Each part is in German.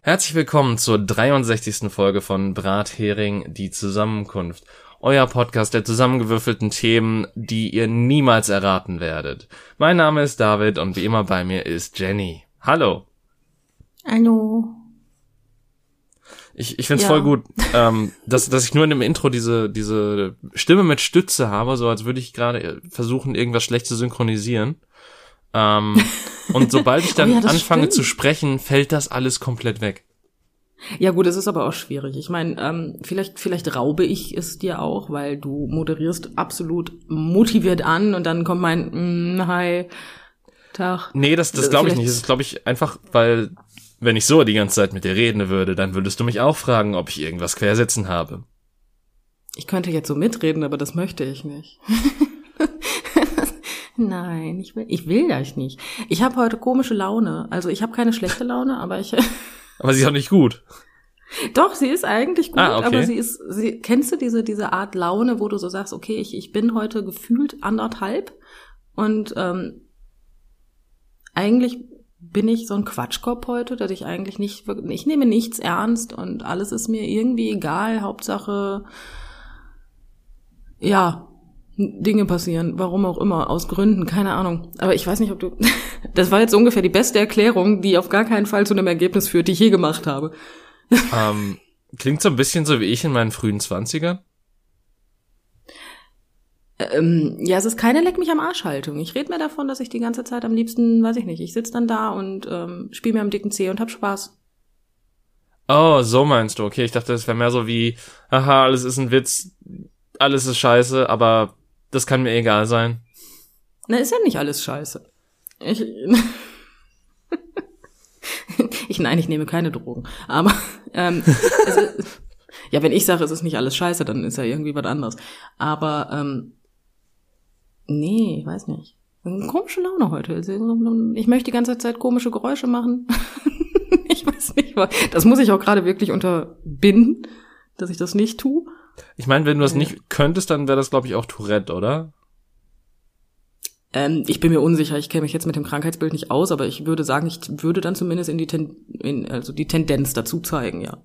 Herzlich willkommen zur 63. Folge von Brathering, die Zusammenkunft. Euer Podcast der zusammengewürfelten Themen, die ihr niemals erraten werdet. Mein Name ist David und wie immer bei mir ist Jenny. Hallo. Hallo. Ich find's voll gut, dass ich nur in dem Intro diese Stimme mit Stütze habe, so als würde ich gerade versuchen, irgendwas schlecht zu synchronisieren. Und sobald ich dann anfange zu sprechen, fällt das alles komplett weg. Ja gut, es ist aber auch schwierig. Ich meine, vielleicht raube ich es dir auch, weil du moderierst absolut motiviert an und dann kommt mein Hi, Tag. Nee, das glaube ich nicht. Das ist, glaube ich, einfach, weil wenn ich so die ganze Zeit mit dir reden würde, dann würdest du mich auch fragen, ob ich irgendwas quersetzen habe. Ich könnte jetzt so mitreden, aber das möchte ich nicht. Nein, ich will das nicht. Ich habe heute komische Laune. Also ich habe keine schlechte Laune, aber Aber sie ist auch nicht gut. Doch, sie ist eigentlich gut, okay. aber kennst du diese Art Laune, wo du so sagst, okay, ich bin heute gefühlt 1,5 und eigentlich bin ich so ein Quatschkopf heute, dass ich eigentlich ich nehme nichts ernst und alles ist mir irgendwie egal, Hauptsache, ja, Dinge passieren, warum auch immer, aus Gründen, keine Ahnung. Aber ich weiß nicht, das war jetzt ungefähr die beste Erklärung, die auf gar keinen Fall zu einem Ergebnis führt, die ich je gemacht habe. Klingt so ein bisschen so wie ich in meinen frühen 20ern. Ja, es ist keine Leck-mich-am-Arsch-Haltung. Ich rede mir davon, dass ich die ganze Zeit am liebsten, weiß ich nicht, ich sitze dann da und spiele mir am dicken Zeh und hab Spaß. Oh, so meinst du. Okay, ich dachte, das wäre mehr so wie, haha, alles ist ein Witz, alles ist scheiße, aber das kann mir egal sein. Na, ist ja nicht alles scheiße. Nein, ich nehme keine Drogen. Aber ja, wenn ich sage, es ist nicht alles scheiße, dann ist ja irgendwie was anderes. Aber nee, ich weiß nicht. Komische Laune heute. Ich möchte die ganze Zeit komische Geräusche machen. Ich weiß nicht, das muss ich auch gerade wirklich unterbinden, dass ich das nicht tue. Ich meine, wenn du das nicht könntest, dann wäre das, glaube ich, auch Tourette, oder? Ich bin mir unsicher, ich kenne mich jetzt mit dem Krankheitsbild nicht aus, aber ich würde sagen, ich würde dann zumindest die Tendenz dazu zeigen, ja.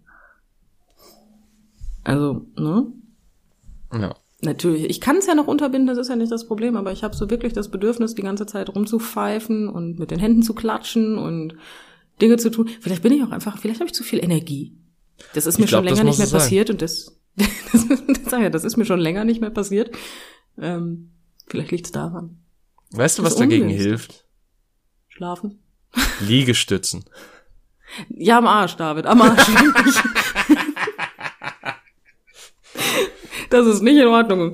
Also, ne? Ja. Natürlich, ich kann es ja noch unterbinden, das ist ja nicht das Problem, aber ich habe so wirklich das Bedürfnis, die ganze Zeit rumzupfeifen und mit den Händen zu klatschen und Dinge zu tun. Vielleicht habe ich zu viel Energie. Das ist mir schon länger nicht mehr passiert und das ist mir schon länger nicht mehr passiert. Vielleicht liegt's daran. Weißt du, was dagegen hilft? Schlafen. Liegestützen. Ja, am Arsch, David, am Arsch. Das ist nicht in Ordnung.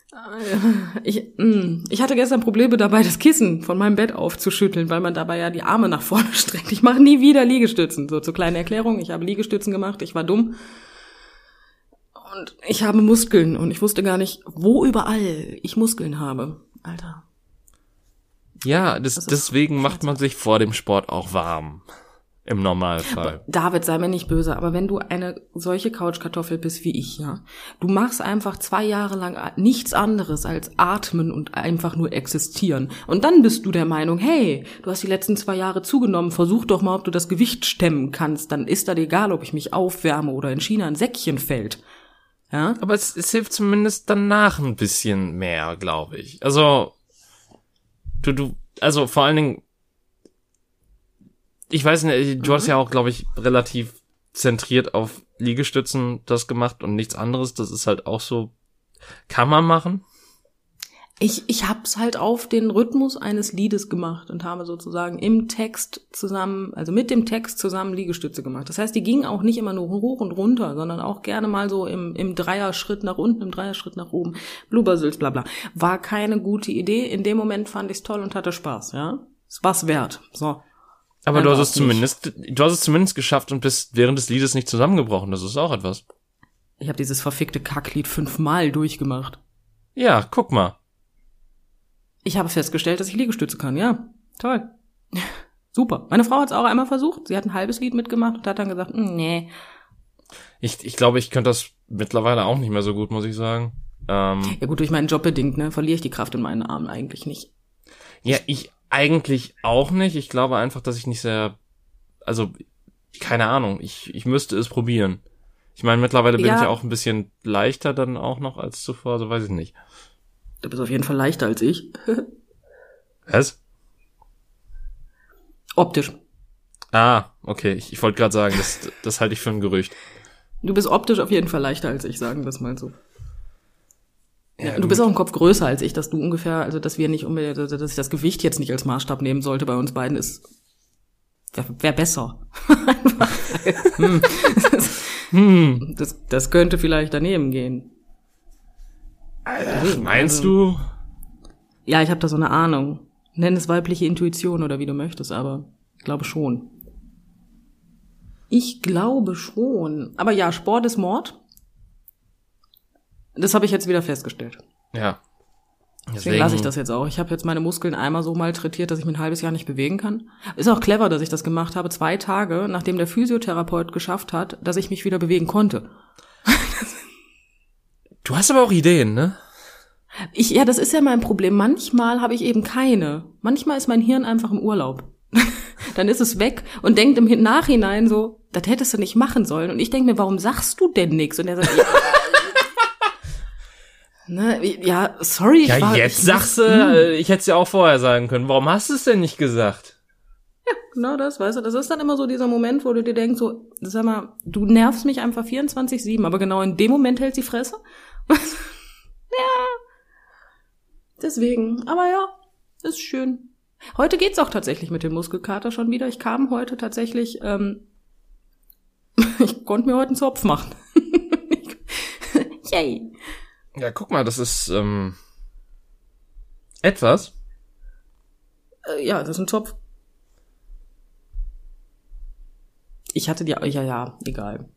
Ich hatte gestern Probleme dabei, das Kissen von meinem Bett aufzuschütteln, weil man dabei ja die Arme nach vorne streckt. Ich mache nie wieder Liegestützen. So zur kleinen Erklärung, ich habe Liegestützen gemacht, ich war dumm. Und ich habe Muskeln und ich wusste gar nicht, wo überall ich Muskeln habe. Alter. Ja, deswegen macht man sich vor dem Sport auch warm. Im Normalfall. David, sei mir nicht böse, aber wenn du eine solche Couchkartoffel bist wie ich, ja, du machst einfach 2 Jahre lang nichts anderes als atmen und einfach nur existieren. Und dann bist du der Meinung, hey, du hast die letzten 2 Jahre zugenommen, versuch doch mal, ob du das Gewicht stemmen kannst. Dann ist das egal, ob ich mich aufwärme oder in China ein Säckchen fällt. Ja? Aber es hilft zumindest danach ein bisschen mehr, glaube ich. Also, also vor allen Dingen, ich weiß nicht, du hast ja auch, glaube ich, relativ zentriert auf Liegestützen das gemacht und nichts anderes. Das ist halt auch so, kann man machen. Ich hab's halt auf den Rhythmus eines Liedes gemacht und habe sozusagen im Text zusammen, also mit dem Text zusammen Liegestütze gemacht. Das heißt, die gingen auch nicht immer nur hoch und runter, sondern auch gerne mal so im Dreierschritt nach unten, im Dreierschritt nach oben, Blubbersülz, bla bla. War keine gute Idee. In dem Moment fand ich's toll und hatte Spaß, ja. Es war's wert. So. Aber du hast es zumindest geschafft und bist während des Liedes nicht zusammengebrochen. Das ist auch etwas. Ich habe dieses verfickte Kacklied 5-mal durchgemacht. Ja, guck mal. Ich habe festgestellt, dass ich Liegestütze kann, ja. Toll. Super. Meine Frau hat es auch einmal versucht. Sie hat ein halbes Lied mitgemacht und hat dann gesagt, nee. Ich glaube, ich könnte das mittlerweile auch nicht mehr so gut, muss ich sagen. Ja gut, durch meinen Job bedingt, ne, verliere ich die Kraft in meinen Armen eigentlich nicht. Ja, ich eigentlich auch nicht. Ich glaube einfach, dass ich nicht sehr, also keine Ahnung, ich müsste es probieren. Ich meine, mittlerweile bin ich ja auch ein bisschen leichter dann auch noch als zuvor, also weiß ich nicht. Du bist auf jeden Fall leichter als ich. Was? Optisch. Ah, okay, ich wollte gerade sagen, das halte ich für ein Gerücht. Du bist optisch auf jeden Fall leichter als ich, sagen wir es mal so. Ja, du bist auch ein Kopf größer als ich, dass du ungefähr, also dass wir nicht unbedingt, dass ich das Gewicht jetzt nicht als Maßstab nehmen sollte bei uns beiden, ist wäre besser. Das könnte vielleicht daneben gehen. Ach, meinst du? Ja, ich habe da so eine Ahnung. Nenn es weibliche Intuition oder wie du möchtest, aber ich glaube schon. Ich glaube schon. Aber ja, Sport ist Mord. Das habe ich jetzt wieder festgestellt. Ja. Deswegen lasse ich das jetzt auch. Ich habe jetzt meine Muskeln einmal so malträtiert, dass ich mich ein halbes Jahr nicht bewegen kann. Ist auch clever, dass ich das gemacht habe, 2 Tage, nachdem der Physiotherapeut geschafft hat, dass ich mich wieder bewegen konnte. Du hast aber auch Ideen, ne? Ja, das ist ja mein Problem. Manchmal habe ich eben keine. Manchmal ist mein Hirn einfach im Urlaub. Dann ist es weg und denkt im Nachhinein so, das hättest du nicht machen sollen. Und ich denke mir, warum sagst du denn nichts? Und er sagt, ja, sorry. Ja, jetzt sagst du, ich hätte es ja auch vorher sagen können. Warum hast du es denn nicht gesagt? Ja, genau das, weißt du. Das ist dann immer so dieser Moment, wo du dir denkst, so, sag mal, du nervst mich einfach 24/7, aber genau in dem Moment hält die Fresse. Ja. Deswegen, aber ja, ist schön. Heute geht's auch tatsächlich mit dem Muskelkater schon wieder. Ich kam heute tatsächlich, ich konnte mir heute einen Zopf machen. Yay. Ja, guck mal, das ist etwas. Ja, das ist ein Zopf. Ich hatte ja, egal.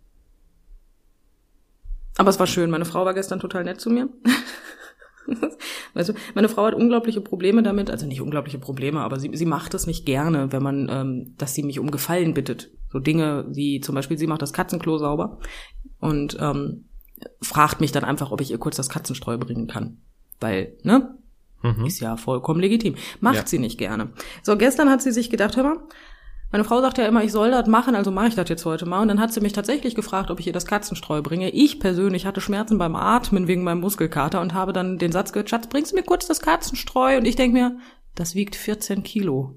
Aber es war schön. Meine Frau war gestern total nett zu mir. Weißt du, meine Frau hat unglaubliche Probleme damit, also nicht unglaubliche Probleme, aber sie macht es nicht gerne, wenn man, dass sie mich um Gefallen bittet. So Dinge wie zum Beispiel, sie macht das Katzenklo sauber und fragt mich dann einfach, ob ich ihr kurz das Katzenstreu bringen kann. Weil, ne? Ist ja vollkommen legitim. Macht sie nicht gerne. So, gestern hat sie sich gedacht, hör mal, meine Frau sagt ja immer, ich soll das machen, also mache ich das jetzt heute mal. Und dann hat sie mich tatsächlich gefragt, ob ich ihr das Katzenstreu bringe. Ich persönlich hatte Schmerzen beim Atmen wegen meinem Muskelkater und habe dann den Satz gehört, Schatz, bringst du mir kurz das Katzenstreu? Und ich denke mir, das wiegt 14 Kilo.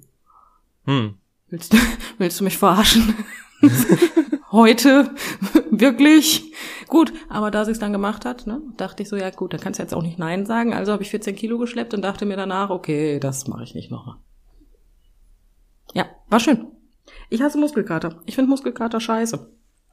Willst du mich verarschen? Heute? Wirklich? Gut, aber da sie es dann gemacht hat, ne, dachte ich so, ja gut, dann kannst du jetzt auch nicht Nein sagen. Also habe ich 14 Kilo geschleppt und dachte mir danach, okay, das mache ich nicht nochmal. Ja, war schön. Ich hasse Muskelkater. Ich finde Muskelkater scheiße.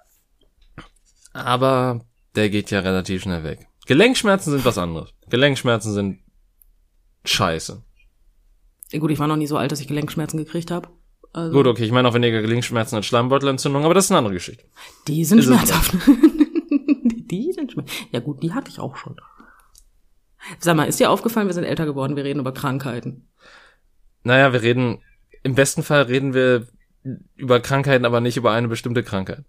Aber der geht ja relativ schnell weg. Gelenkschmerzen sind was anderes. Gelenkschmerzen sind scheiße. Ja, gut, ich war noch nie so alt, dass ich Gelenkschmerzen gekriegt habe. Also gut, okay, ich meine auch weniger Gelenkschmerzen als Schleimbeutelentzündung, aber das ist eine andere Geschichte. Die sind schmerzhaft. Die sind schmerzhaft. Ja gut, die hatte ich auch schon. Sag mal, ist dir aufgefallen, wir sind älter geworden, wir reden über Krankheiten. Naja, im besten Fall reden wir über Krankheiten, aber nicht über eine bestimmte Krankheit.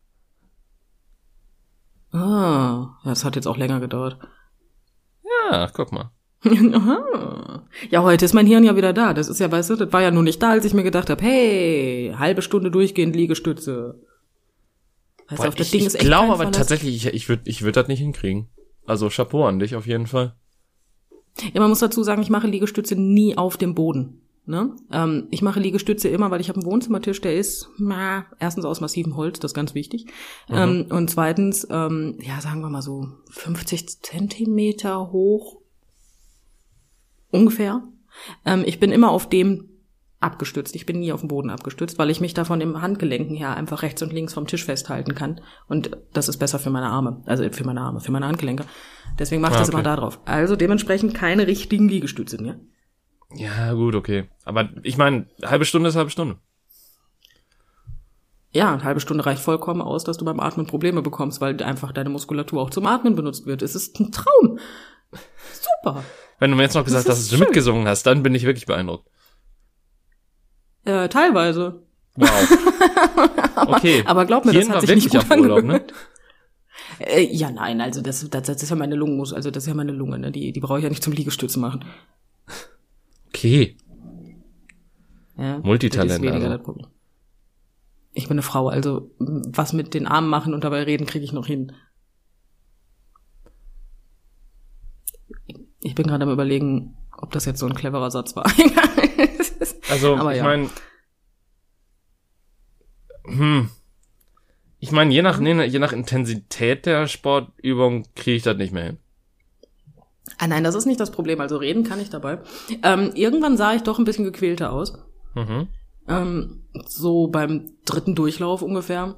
Ah, das hat jetzt auch länger gedauert. Ja, guck mal. Aha. Ja, heute ist mein Hirn ja wieder da. Das ist ja, weißt du, das war ja nur nicht da, als ich mir gedacht habe, hey, halbe Stunde durchgehend Liegestütze. Weißt du, auf das Ding ist echt. Ich glaube aber tatsächlich, ich würd das nicht hinkriegen. Also Chapeau an dich auf jeden Fall. Ja, man muss dazu sagen, ich mache Liegestütze nie auf dem Boden. Ne? Ich mache Liegestütze immer, weil ich habe einen Wohnzimmertisch, der ist erstens aus massivem Holz, das ist ganz wichtig. Und zweitens, sagen wir mal so 50 Zentimeter hoch. Ungefähr. Ich bin immer auf dem abgestützt. Ich bin nie auf dem Boden abgestützt, weil ich mich da von den Handgelenken her einfach rechts und links vom Tisch festhalten kann. Und das ist besser für meine Arme. Also für meine Handgelenke. Deswegen mache ich das immer da drauf. Also dementsprechend keine richtigen Liegestütze, ne? Ja, gut, okay. Aber ich meine, halbe Stunde ist halbe Stunde. Ja, eine halbe Stunde reicht vollkommen aus, dass du beim Atmen Probleme bekommst, weil einfach deine Muskulatur auch zum Atmen benutzt wird. Es ist ein Traum. Super. Wenn du mir jetzt noch gesagt hast, dass du mitgesungen hast, dann bin ich wirklich beeindruckt. Teilweise. Wow. Okay. Aber glaub mir, das hat sich nicht gut angehört. Ne? Ja, nein, also das ist ja meine Lungenmuskel, also das ist ja meine Lunge, ne? Die brauche ich ja nicht zum Liegestützen machen. Okay. Ja, Multitalent, das ist weniger also. das Problem. Ich bin eine Frau, also was mit den Armen machen und dabei reden, kriege ich noch hin. Ich bin gerade am Überlegen, ob das jetzt so ein cleverer Satz war. Also, aber ich meine, je nach Intensität der Sportübung kriege ich das nicht mehr hin. Ah nein, das ist nicht das Problem. Also reden kann ich dabei. Irgendwann sah ich doch ein bisschen gequälter aus. Mhm. So beim 3. Durchlauf ungefähr.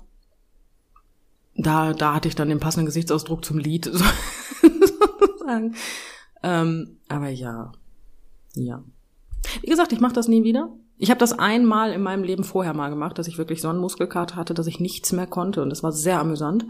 Da hatte ich dann den passenden Gesichtsausdruck zum Lied, sozusagen. Aber ja. Wie gesagt, ich mache das nie wieder. Ich habe das einmal in meinem Leben vorher mal gemacht, dass ich wirklich so einen Muskelkater hatte, dass ich nichts mehr konnte. Und das war sehr amüsant.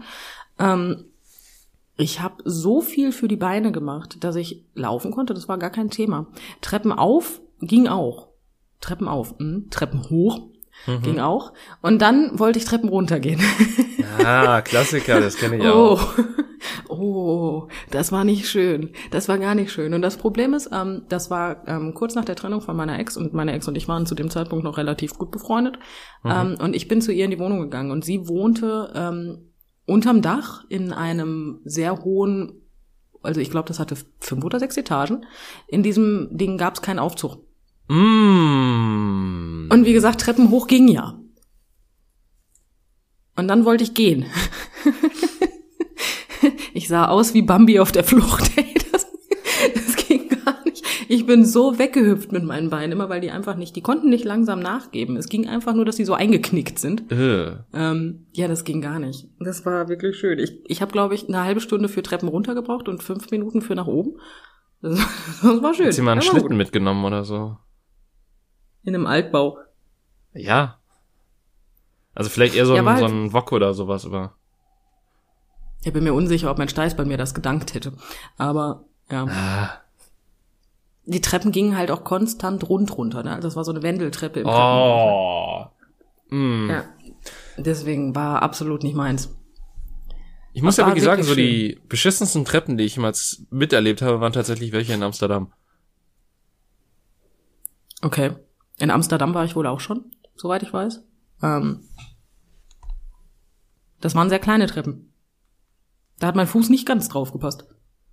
Ich habe so viel für die Beine gemacht, dass ich laufen konnte. Das war gar kein Thema. Treppen auf ging auch. Treppen auf. Treppen hoch ging auch. Und dann wollte ich Treppen runtergehen. Ah, Klassiker, das kenne ich auch. Oh, das war nicht schön. Das war gar nicht schön. Und das Problem ist, das war kurz nach der Trennung von meiner Ex. Und meine Ex und ich waren zu dem Zeitpunkt noch relativ gut befreundet. Und ich bin zu ihr in die Wohnung gegangen. Und sie wohnte unterm Dach in einem sehr hohen, also ich glaube, das hatte 5 oder 6 Etagen. In diesem Ding gab es keinen Aufzug. Und wie gesagt, Treppen hoch ging ja. Und dann wollte ich gehen. Ich sah aus wie Bambi auf der Flucht. Das ging gar nicht. Ich bin so weggehüpft mit meinen Beinen, immer weil die konnten nicht langsam nachgeben. Es ging einfach nur, dass die so eingeknickt sind. Ja, das ging gar nicht. Das war wirklich schön. Ich habe, glaube ich, eine halbe Stunde für Treppen runter gebraucht und 5 Minuten für nach oben. Das war schön. Hat sie mal einen Schlitten mitgenommen oder so? In einem Altbau. Ja. Also vielleicht eher so ein Wok oder sowas, aber. Ich bin mir unsicher, ob mein Steißbein mir das gedankt hätte. Aber, ja. Die Treppen gingen halt auch konstant runter, ne? Das war so eine Wendeltreppe im Treppenhaus. Ja. Deswegen war absolut nicht meins. Ich muss ja wirklich sagen, so die beschissensten Treppen, die ich jemals miterlebt habe, waren tatsächlich welche in Amsterdam. Okay. In Amsterdam war ich wohl auch schon, soweit ich weiß. Das waren sehr kleine Treppen. Da hat mein Fuß nicht ganz drauf gepasst.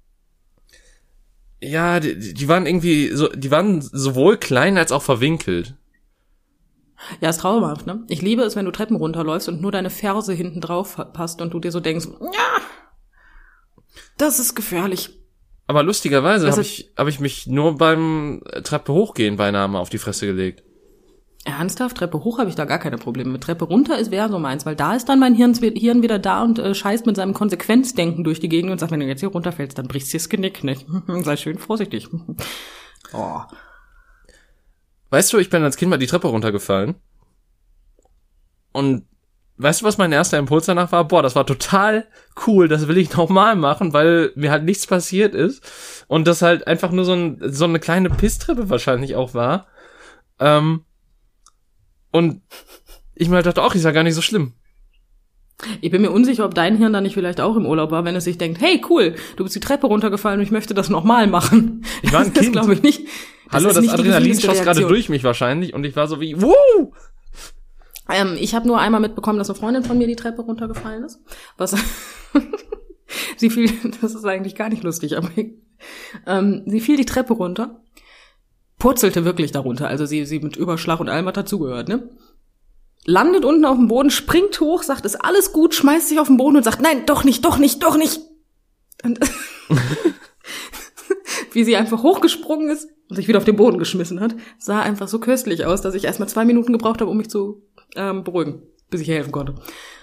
Ja, die waren irgendwie so, die waren sowohl klein als auch verwinkelt. Ja, ist traumhaft, ne? Ich liebe es, wenn du Treppen runterläufst und nur deine Ferse hinten drauf passt und du dir so denkst, ja, das ist gefährlich. Aber lustigerweise hab ich mich nur beim Treppe hochgehen beinahe mal auf die Fresse gelegt. Ernsthaft? Treppe hoch habe ich da gar keine Probleme mit. Treppe runter wäre so meins, weil da ist dann mein Hirn wieder da und scheißt mit seinem Konsequenzdenken durch die Gegend und sagt, wenn du jetzt hier runterfällst, dann brichst du das Genick, nicht? Sei schön vorsichtig. Oh. Weißt du, ich bin als Kind mal die Treppe runtergefallen. Und weißt du, was mein erster Impuls danach war? Boah, das war total cool, das will ich nochmal machen, weil mir halt nichts passiert ist. Und das halt einfach nur so eine kleine Pisstreppe wahrscheinlich auch war. Und ich mir halt dachte, ach, ist ja gar nicht so schlimm. Ich bin mir unsicher, ob dein Hirn da nicht vielleicht auch im Urlaub war, wenn es sich denkt, hey, cool, du bist die Treppe runtergefallen und ich möchte das nochmal machen. Ich war ein Kind. Das glaube ich nicht. Hallo, das Adrenalin schoss gerade durch mich wahrscheinlich und ich war so wie, wuh! Ich habe nur einmal mitbekommen, dass eine Freundin von mir die Treppe runtergefallen ist. Sie fiel, das ist eigentlich gar nicht lustig, aber sie fiel die Treppe runter, purzelte wirklich darunter, also sie mit Überschlag und allem hat dazugehört, ne? Landet unten auf dem Boden, springt hoch, sagt, ist alles gut, schmeißt sich auf den Boden und sagt, nein, doch nicht. Und wie sie einfach hochgesprungen ist und sich wieder auf den Boden geschmissen hat, sah einfach so köstlich aus, dass ich erstmal 2 Minuten gebraucht habe, um mich zu beruhigen, bis ich ihr helfen konnte.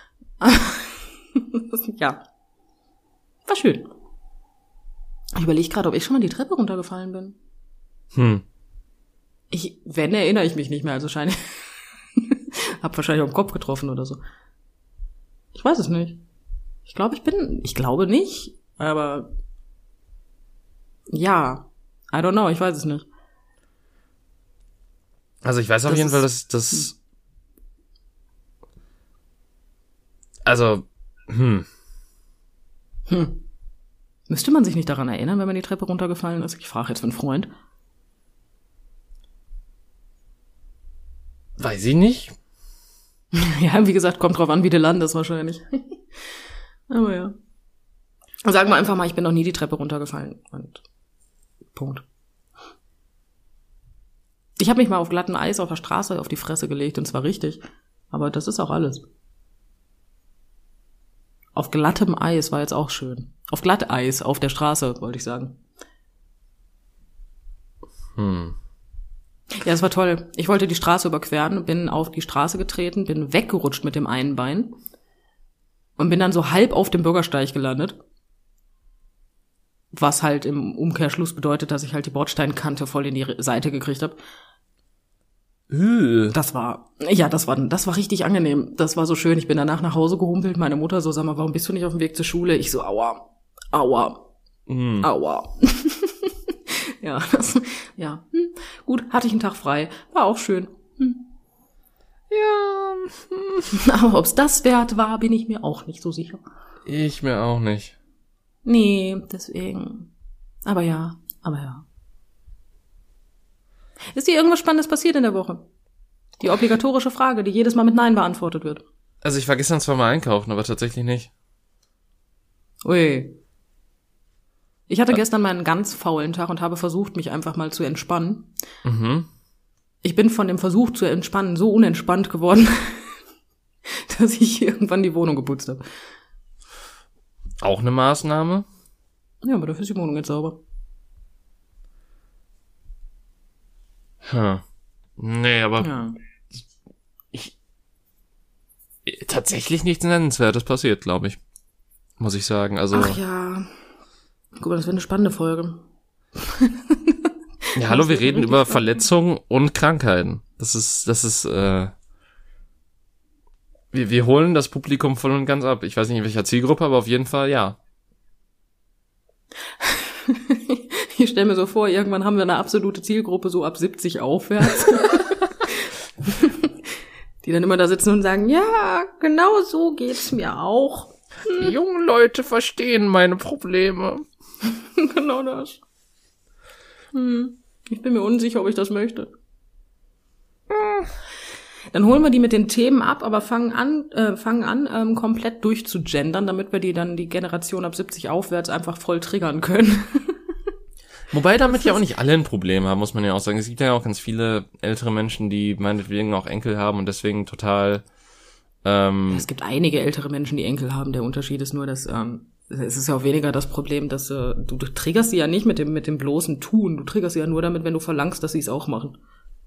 Ja. War schön. Ich überlege gerade, ob ich schon mal die Treppe runtergefallen bin. Wenn, erinnere ich mich nicht mehr, also scheine hab wahrscheinlich auf den Kopf getroffen oder so. Ich weiß es nicht. Ich glaube nicht, aber ja, I don't know, ich weiß es nicht. Also ich weiß auf jeden Fall, dass also, Müsste man sich nicht daran erinnern, wenn man die Treppe runtergefallen ist? Ich frage jetzt für einen Freund. Weiß ich nicht. Ja, wie gesagt, kommt drauf an, wie du landest wahrscheinlich. Aber ja. Sagen wir einfach mal, ich bin noch nie die Treppe runtergefallen. Und Punkt. Ich habe mich mal auf glatten Eis auf der Straße auf die Fresse gelegt und zwar richtig. Aber das ist auch alles. Auf glattem Eis war jetzt auch schön. Auf Glatteis auf der Straße, wollte ich sagen. Ja, es war toll. Ich wollte die Straße überqueren, bin auf die Straße getreten, bin weggerutscht mit dem einen Bein und bin dann so halb auf dem Bürgersteig gelandet. Was halt im Umkehrschluss bedeutet, dass ich halt die Bordsteinkante voll in die Seite gekriegt habe. Das war richtig angenehm. Das war so schön. Ich bin danach nach Hause gehumpelt. Meine Mutter so, sag mal, warum bist du nicht auf dem Weg zur Schule? Ich so, aua. Ja, gut, hatte ich einen Tag frei. War auch schön. Ja. Aber ob's das wert war, bin ich mir auch nicht so sicher. Ich mir auch nicht. Nee, deswegen. Aber ja. Ist dir irgendwas Spannendes passiert in der Woche? Die obligatorische Frage, die jedes Mal mit Nein beantwortet wird. Also ich war gestern zwar mal einkaufen, aber tatsächlich nicht. Ui. Ich hatte gestern mal einen ganz faulen Tag und habe versucht, mich einfach mal zu entspannen. Ich bin von dem Versuch zu entspannen so unentspannt geworden, dass ich irgendwann die Wohnung geputzt habe. Auch eine Maßnahme? Ja, aber dafür ist die Wohnung jetzt sauber. Nee, aber Ja. Tatsächlich nichts Nennenswertes passiert, glaube ich. Muss ich sagen. Also. Ach ja. Guck mal, das wird eine spannende Folge. Ja, hallo, wir reden über Verletzungen und Krankheiten. Das ist, wir holen das Publikum voll und ganz ab. Ich weiß nicht, in welcher Zielgruppe, aber auf jeden Fall ja. Ich stelle mir so vor, irgendwann haben wir eine absolute Zielgruppe so ab 70 aufwärts. Die dann immer da sitzen und sagen, ja, genau so geht's mir auch. Die jungen Leute verstehen meine Probleme. Genau das. Ich bin mir unsicher, ob ich das möchte. Dann holen wir die mit den Themen ab, aber fangen an, komplett durchzugendern, damit wir die Generation ab 70 aufwärts einfach voll triggern können. Wobei damit ja auch nicht alle ein Problem haben, muss man ja auch sagen. Es gibt ja auch ganz viele ältere Menschen, die meinetwegen auch Enkel haben und deswegen total... Es gibt einige ältere Menschen, die Enkel haben. Der Unterschied ist nur, dass es ist ja auch weniger das Problem, dass du triggerst sie ja nicht mit dem bloßen Tun. Du triggerst sie ja nur damit, wenn du verlangst, dass sie es auch machen.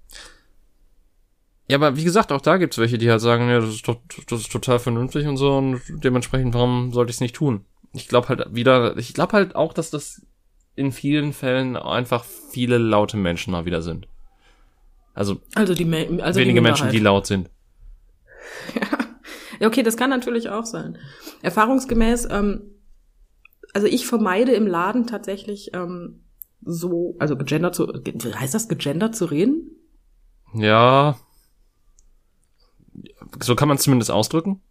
Ja, aber wie gesagt, auch da gibt's welche, die halt sagen, ja, das ist total vernünftig und so und dementsprechend, warum sollte ich es nicht tun? Ich glaube halt auch, dass das in vielen Fällen einfach viele laute Menschen mal wieder sind. Also wenige Menschen, die laut sind. Ja, okay, das kann natürlich auch sein. Erfahrungsgemäß, also ich vermeide im Laden tatsächlich gegendert zu reden? Ja, so kann man es zumindest ausdrücken.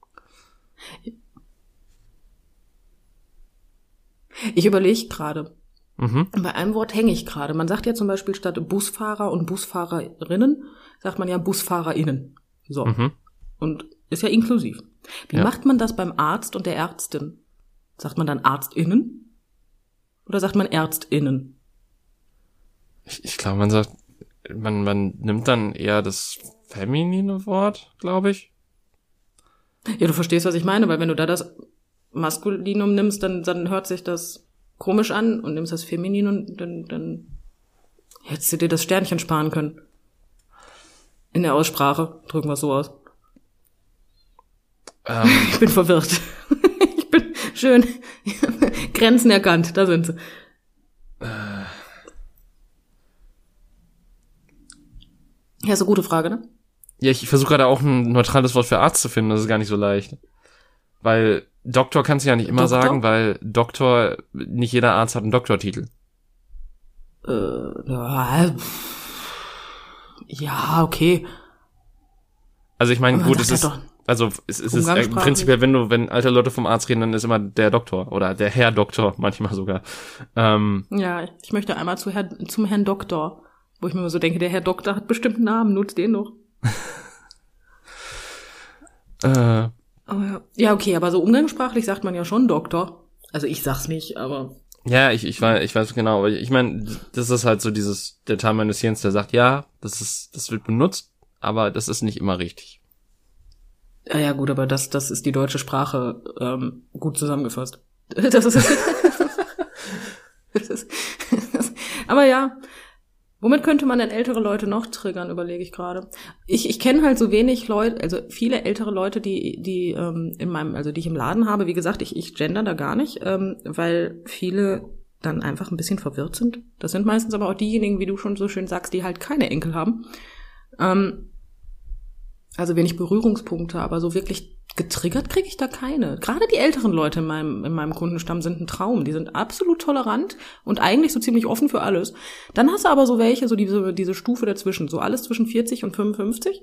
Ich überlege gerade. Bei einem Wort hänge ich gerade. Man sagt ja zum Beispiel statt Busfahrer und Busfahrerinnen, sagt man ja BusfahrerInnen. So. Und ist ja inklusiv. Wie macht man das beim Arzt und der Ärztin? Sagt man dann ArztInnen? Oder sagt man ÄrztInnen? Ich glaube, man sagt, man nimmt dann eher das feminine Wort, glaube ich. Ja, du verstehst, was ich meine, weil wenn du da das Maskulinum nimmst, dann hört sich das komisch an und nimmst das Feminin und dann hättest du dir das Sternchen sparen können. In der Aussprache. Drücken wir es so aus. Ich bin verwirrt. Ich bin schön. Grenzen erkannt, da sind sie. Ja, ist eine gute Frage, ne? Ja, ich versuche gerade auch ein neutrales Wort für Arzt zu finden, das ist gar nicht so leicht. Weil Doktor kannst du ja nicht immer sagen, weil Doktor, nicht jeder Arzt hat einen Doktortitel. Ja, okay. Also ich meine, gut, es ist prinzipiell, wenn alte Leute vom Arzt reden, dann ist immer der Doktor oder der Herr Doktor, manchmal sogar. Ja, ich möchte einmal zum Herrn Doktor, wo ich mir immer so denke, der Herr Doktor hat bestimmt einen Namen, nutzt den noch. Oh ja, okay, aber so umgangssprachlich sagt man ja schon Doktor. Also ich sag's nicht, aber... Ja, ich weiß genau, aber ich meine, das ist halt so der Teil meines Hirns, der sagt, ja, das wird benutzt, aber das ist nicht immer richtig. Ja gut, aber das ist die deutsche Sprache gut zusammengefasst. Aber ja, womit könnte man denn ältere Leute noch triggern, überlege ich gerade. Ich kenne halt so wenig Leute, also viele ältere Leute, die die ich im Laden habe. Wie gesagt, ich gender da gar nicht, weil viele dann einfach ein bisschen verwirrt sind. Das sind meistens aber auch diejenigen, wie du schon so schön sagst, die halt keine Enkel haben. Also wenig Berührungspunkte, aber so wirklich getriggert kriege ich da keine. Gerade die älteren Leute in meinem Kundenstamm sind ein Traum. Die sind absolut tolerant und eigentlich so ziemlich offen für alles. Dann hast du aber so welche, so diese Stufe dazwischen, so alles zwischen 40 und 55,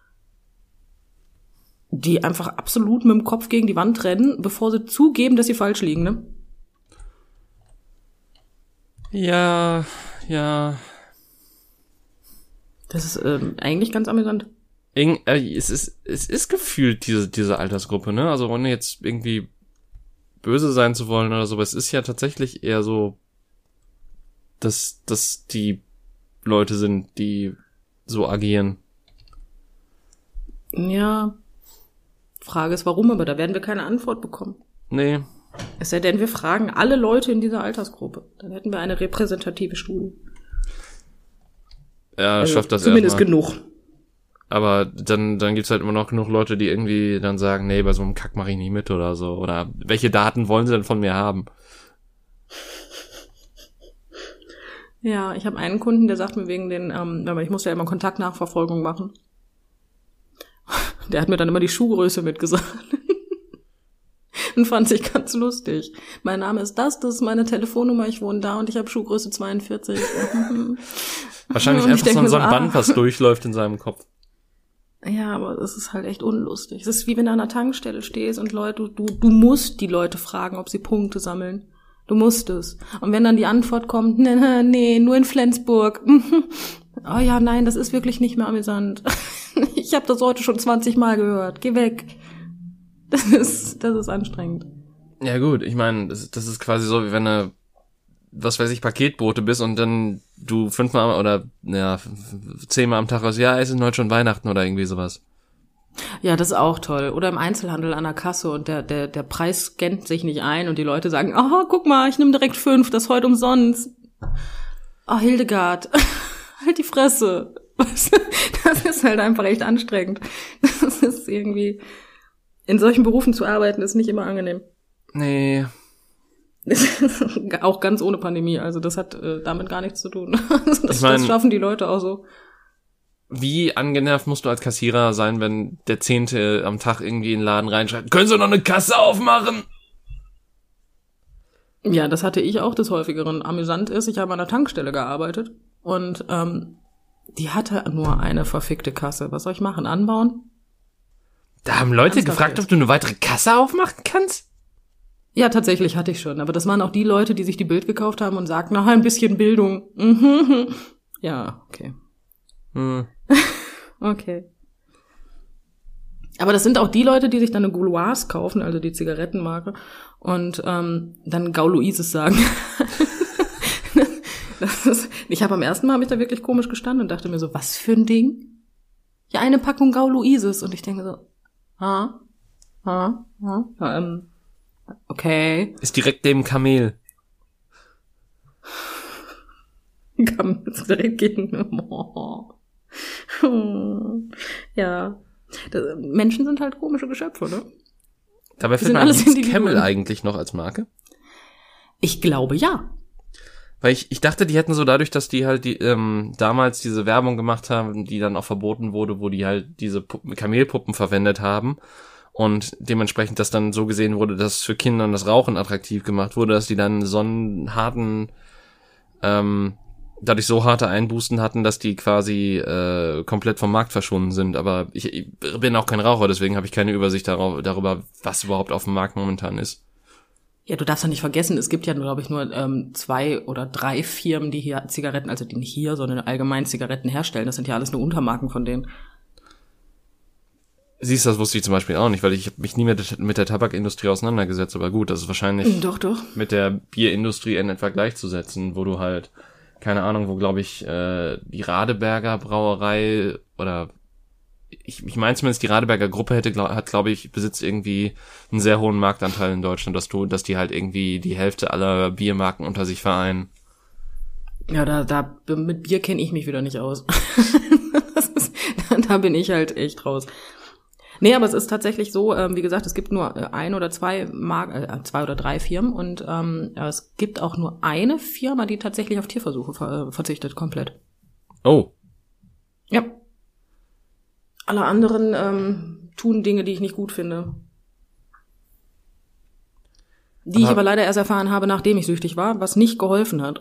die einfach absolut mit dem Kopf gegen die Wand rennen, bevor sie zugeben, dass sie falsch liegen, ne? Ja. Das ist eigentlich ganz amüsant. Es ist gefühlt diese Altersgruppe, ne? Also ohne jetzt irgendwie böse sein zu wollen oder so, aber es ist ja tatsächlich eher so, dass die Leute sind, die so agieren. Ja. Frage ist, warum, aber da werden wir keine Antwort bekommen. Nee. Es sei denn, wir fragen alle Leute in dieser Altersgruppe. Dann hätten wir eine repräsentative Studie. Ja, also schafft das zumindest erstmal. Genug. Aber dann gibt's halt immer noch genug Leute, die irgendwie dann sagen, nee, bei so einem Kack mache ich nicht mit oder so. Oder welche Daten wollen sie denn von mir haben? Ja, ich habe einen Kunden, der sagt mir wegen aber ich muss ja immer Kontaktnachverfolgung machen. Der hat mir dann immer die Schuhgröße mitgesagt. Und fand ich ganz lustig. Mein Name ist das ist meine Telefonnummer, ich wohne da und ich habe Schuhgröße 42. Wahrscheinlich einfach so ein Band, was durchläuft in seinem Kopf. Ja, aber das ist halt echt unlustig. Es ist wie wenn du an einer Tankstelle stehst und du musst die Leute fragen, ob sie Punkte sammeln. Du musst es. Und wenn dann die Antwort kommt, nee, nur in Flensburg. Oh ja, nein, das ist wirklich nicht mehr amüsant. Ich habe das heute schon 20 Mal gehört. Geh weg. Das ist anstrengend. Ja gut, ich meine, das ist quasi so, wie wenn du, was weiß ich, Paketbote bist und dann du 5-mal oder 10-mal am Tag aus, ja, es ist heute schon Weihnachten oder irgendwie sowas. Ja, das ist auch toll. Oder im Einzelhandel an der Kasse und der Preis scannt sich nicht ein und die Leute sagen, oh, guck mal, ich nehme direkt 5, das ist heute umsonst. Oh, Hildegard, halt die Fresse. Das ist halt einfach echt anstrengend. Das ist irgendwie, in solchen Berufen zu arbeiten, ist nicht immer angenehm. Nee. Auch ganz ohne Pandemie, also das hat damit gar nichts zu tun. Das schaffen die Leute auch so. Wie angenervt musst du als Kassierer sein, wenn der 10. am Tag irgendwie in den Laden reinschreibt, können Sie noch eine Kasse aufmachen? Ja, das hatte ich auch des Häufigeren. Amüsant ist, ich habe an einer Tankstelle gearbeitet und die hatte nur eine verfickte Kasse. Was soll ich machen? Anbauen? Da haben Leute gefragt, ob du eine weitere Kasse aufmachen kannst? Ja, tatsächlich hatte ich schon. Aber das waren auch die Leute, die sich die Bild gekauft haben und sagten, ein bisschen Bildung. Mhm. Ja, okay. Okay. Aber das sind auch die Leute, die sich dann eine Gauloise kaufen, also die Zigarettenmarke, und dann Gauloises sagen. Ich habe am ersten Mal habe ich da wirklich komisch gestanden und dachte mir so, was für ein Ding? Ja, eine Packung Gauloises. Und ich denke so, okay. Ist direkt neben Kamel. Kamel ist direkt gegen. Ja. Menschen sind halt komische Geschöpfe, ne? Dabei fällt mir alles Camel eigentlich noch als Marke? Ich glaube, ja. Weil ich dachte, die hätten so dadurch, dass die halt damals diese Werbung gemacht haben, die dann auch verboten wurde, wo die halt diese Kamelpuppen verwendet haben und dementsprechend das dann so gesehen wurde, dass für Kinder das Rauchen attraktiv gemacht wurde, dass die dann so einen harten, dadurch so harte Einbußen hatten, dass die quasi komplett vom Markt verschwunden sind. Aber ich bin auch kein Raucher, deswegen habe ich keine Übersicht darüber, was überhaupt auf dem Markt momentan ist. Ja, du darfst ja nicht vergessen, es gibt ja, glaube ich, nur 2 oder 3 Firmen, die hier Zigaretten, also die nicht hier, sondern allgemein Zigaretten herstellen. Das sind ja alles nur Untermarken von denen. Siehst du, das wusste ich zum Beispiel auch nicht, weil ich habe mich nie mit der Tabakindustrie auseinandergesetzt, aber gut, das ist wahrscheinlich Doch. mit der Bierindustrie in etwa gleichzusetzen, wo du halt, keine Ahnung, wo glaube ich die Radeberger Brauerei oder ich meine zumindest die Radeberger Gruppe besitzt irgendwie einen sehr hohen Marktanteil in Deutschland, dass die halt irgendwie die Hälfte aller Biermarken unter sich vereinen. Ja, da mit Bier kenne ich mich wieder nicht aus. Da bin ich halt echt raus. Nee, aber es ist tatsächlich so, wie gesagt, es gibt nur ein oder zwei oder drei Firmen und es gibt auch nur eine Firma, die tatsächlich auf Tierversuche verzichtet, komplett. Oh. Ja. Alle anderen tun Dinge, die ich nicht gut finde. Die ich aber leider erst erfahren habe, nachdem ich süchtig war, was nicht geholfen hat.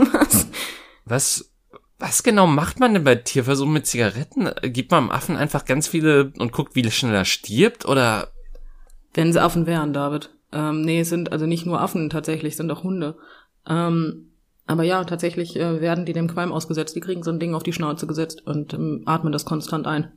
Was genau macht man denn bei Tierversuchen mit Zigaretten? Gibt man dem Affen einfach ganz viele und guckt, wie schnell er stirbt, oder? Wenn sie Affen wären, David. Nee, es sind also nicht nur Affen tatsächlich, es sind auch Hunde. Aber ja, tatsächlich werden die dem Qualm ausgesetzt. Die kriegen so ein Ding auf die Schnauze gesetzt und atmen das konstant ein.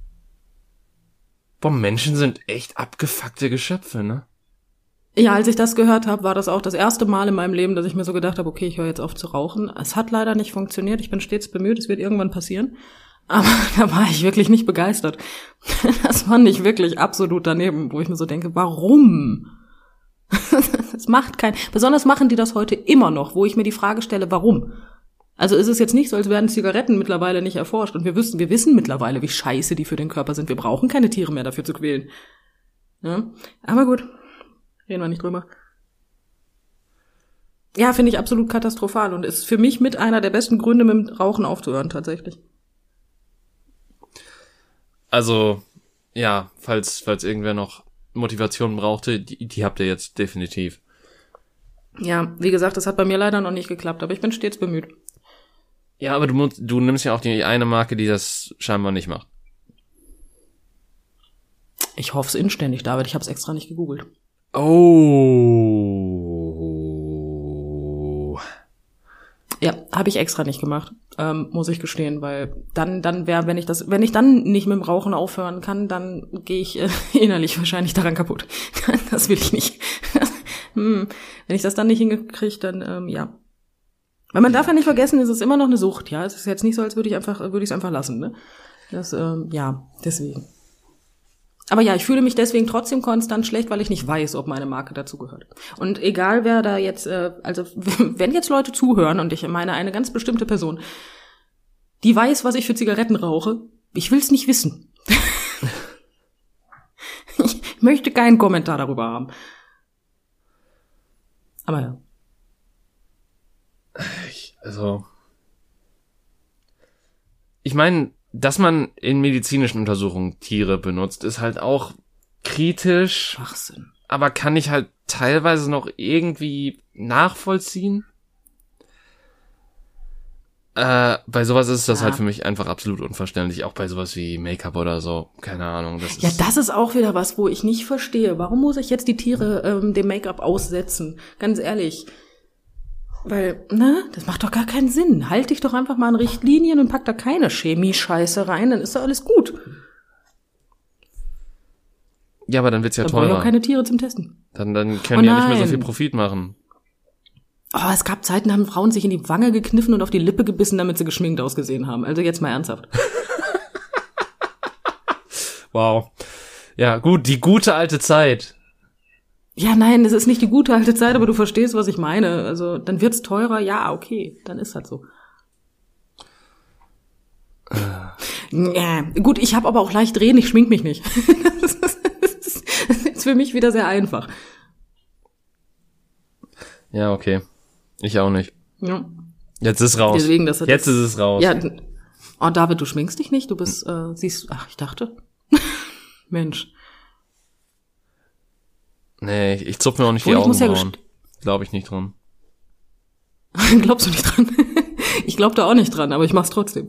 Boah, Menschen sind echt abgefuckte Geschöpfe, ne? Ja, als ich das gehört habe, war das auch das erste Mal in meinem Leben, dass ich mir so gedacht habe, okay, ich höre jetzt auf zu rauchen. Es hat leider nicht funktioniert. Ich bin stets bemüht, es wird irgendwann passieren. Aber da war ich wirklich nicht begeistert. Das fand ich wirklich absolut daneben, wo ich mir so denke, warum? Das macht besonders machen die das heute immer noch, wo ich mir die Frage stelle, warum? Also ist es jetzt nicht so, als werden Zigaretten mittlerweile nicht erforscht und wir wissen mittlerweile, wie scheiße die für den Körper sind. Wir brauchen keine Tiere mehr dafür zu quälen. Ja? Aber gut. Reden wir nicht drüber. Ja, finde ich absolut katastrophal und ist für mich mit einer der besten Gründe, mit dem Rauchen aufzuhören, tatsächlich. Also, ja, falls irgendwer noch Motivation brauchte, die habt ihr jetzt definitiv. Ja, wie gesagt, das hat bei mir leider noch nicht geklappt, aber ich bin stets bemüht. Ja, aber du nimmst ja auch die eine Marke, die das scheinbar nicht macht. Ich hoffe es inständig, David. Ich habe es extra nicht gegoogelt. Oh. Ja, habe ich extra nicht gemacht, muss ich gestehen, weil dann wäre, wenn ich dann nicht mit dem Rauchen aufhören kann, dann gehe ich innerlich wahrscheinlich daran kaputt. Das will ich nicht. Wenn ich das dann nicht hingekriege, dann ja. Weil man darf ja nicht vergessen, es ist immer noch eine Sucht, ja. Es ist jetzt nicht so, als würde ich es einfach lassen, ne? Das ja, deswegen. Aber ja, ich fühle mich deswegen trotzdem konstant schlecht, weil ich nicht weiß, ob meine Marke dazugehört. Und egal wer da jetzt, also wenn jetzt Leute zuhören und ich meine eine ganz bestimmte Person, die weiß, was ich für Zigaretten rauche, ich will's nicht wissen. Ich möchte keinen Kommentar darüber haben. Aber ja. Ich meine, dass man in medizinischen Untersuchungen Tiere benutzt, ist halt auch kritisch. Schwachsinn. Aber kann ich halt teilweise noch irgendwie nachvollziehen. Bei sowas ist das halt für mich einfach absolut unverständlich. Auch bei sowas wie Make-up oder so. Keine Ahnung. Das ist auch wieder was, wo ich nicht verstehe. Warum muss ich jetzt die Tiere dem Make-up aussetzen? Ganz ehrlich. Weil, das macht doch gar keinen Sinn. Halt dich doch einfach mal an Richtlinien und pack da keine Chemie-Scheiße rein, dann ist doch alles gut. Ja, aber dann wird's ja teurer. Dann brauche ich auch keine Tiere zum Testen. Dann können die ja nicht mehr so viel Profit machen. Oh, es gab Zeiten, da haben Frauen sich in die Wange gekniffen und auf die Lippe gebissen, damit sie geschminkt ausgesehen haben. Also jetzt mal ernsthaft. Wow. Ja, gut, die gute alte Zeit. Ja, nein, es ist nicht die gute alte Zeit, aber du verstehst, was ich meine. Also, dann wird's teurer, ja, okay, dann ist halt so. Ja, gut, ich habe aber auch leicht drehen, ich schmink mich nicht. Das ist für mich wieder sehr einfach. Ja, okay. Ich auch nicht. Ja. Jetzt ist raus. Deswegen, jetzt ist es raus. Ja, oh, David, du schminkst dich nicht? Du bist, ich dachte. Mensch. Nee, ich zupfe mir auch nicht die Augenbrauen. Glaube ich nicht dran. Glaubst du nicht dran? Ich glaube da auch nicht dran, aber ich mach's trotzdem.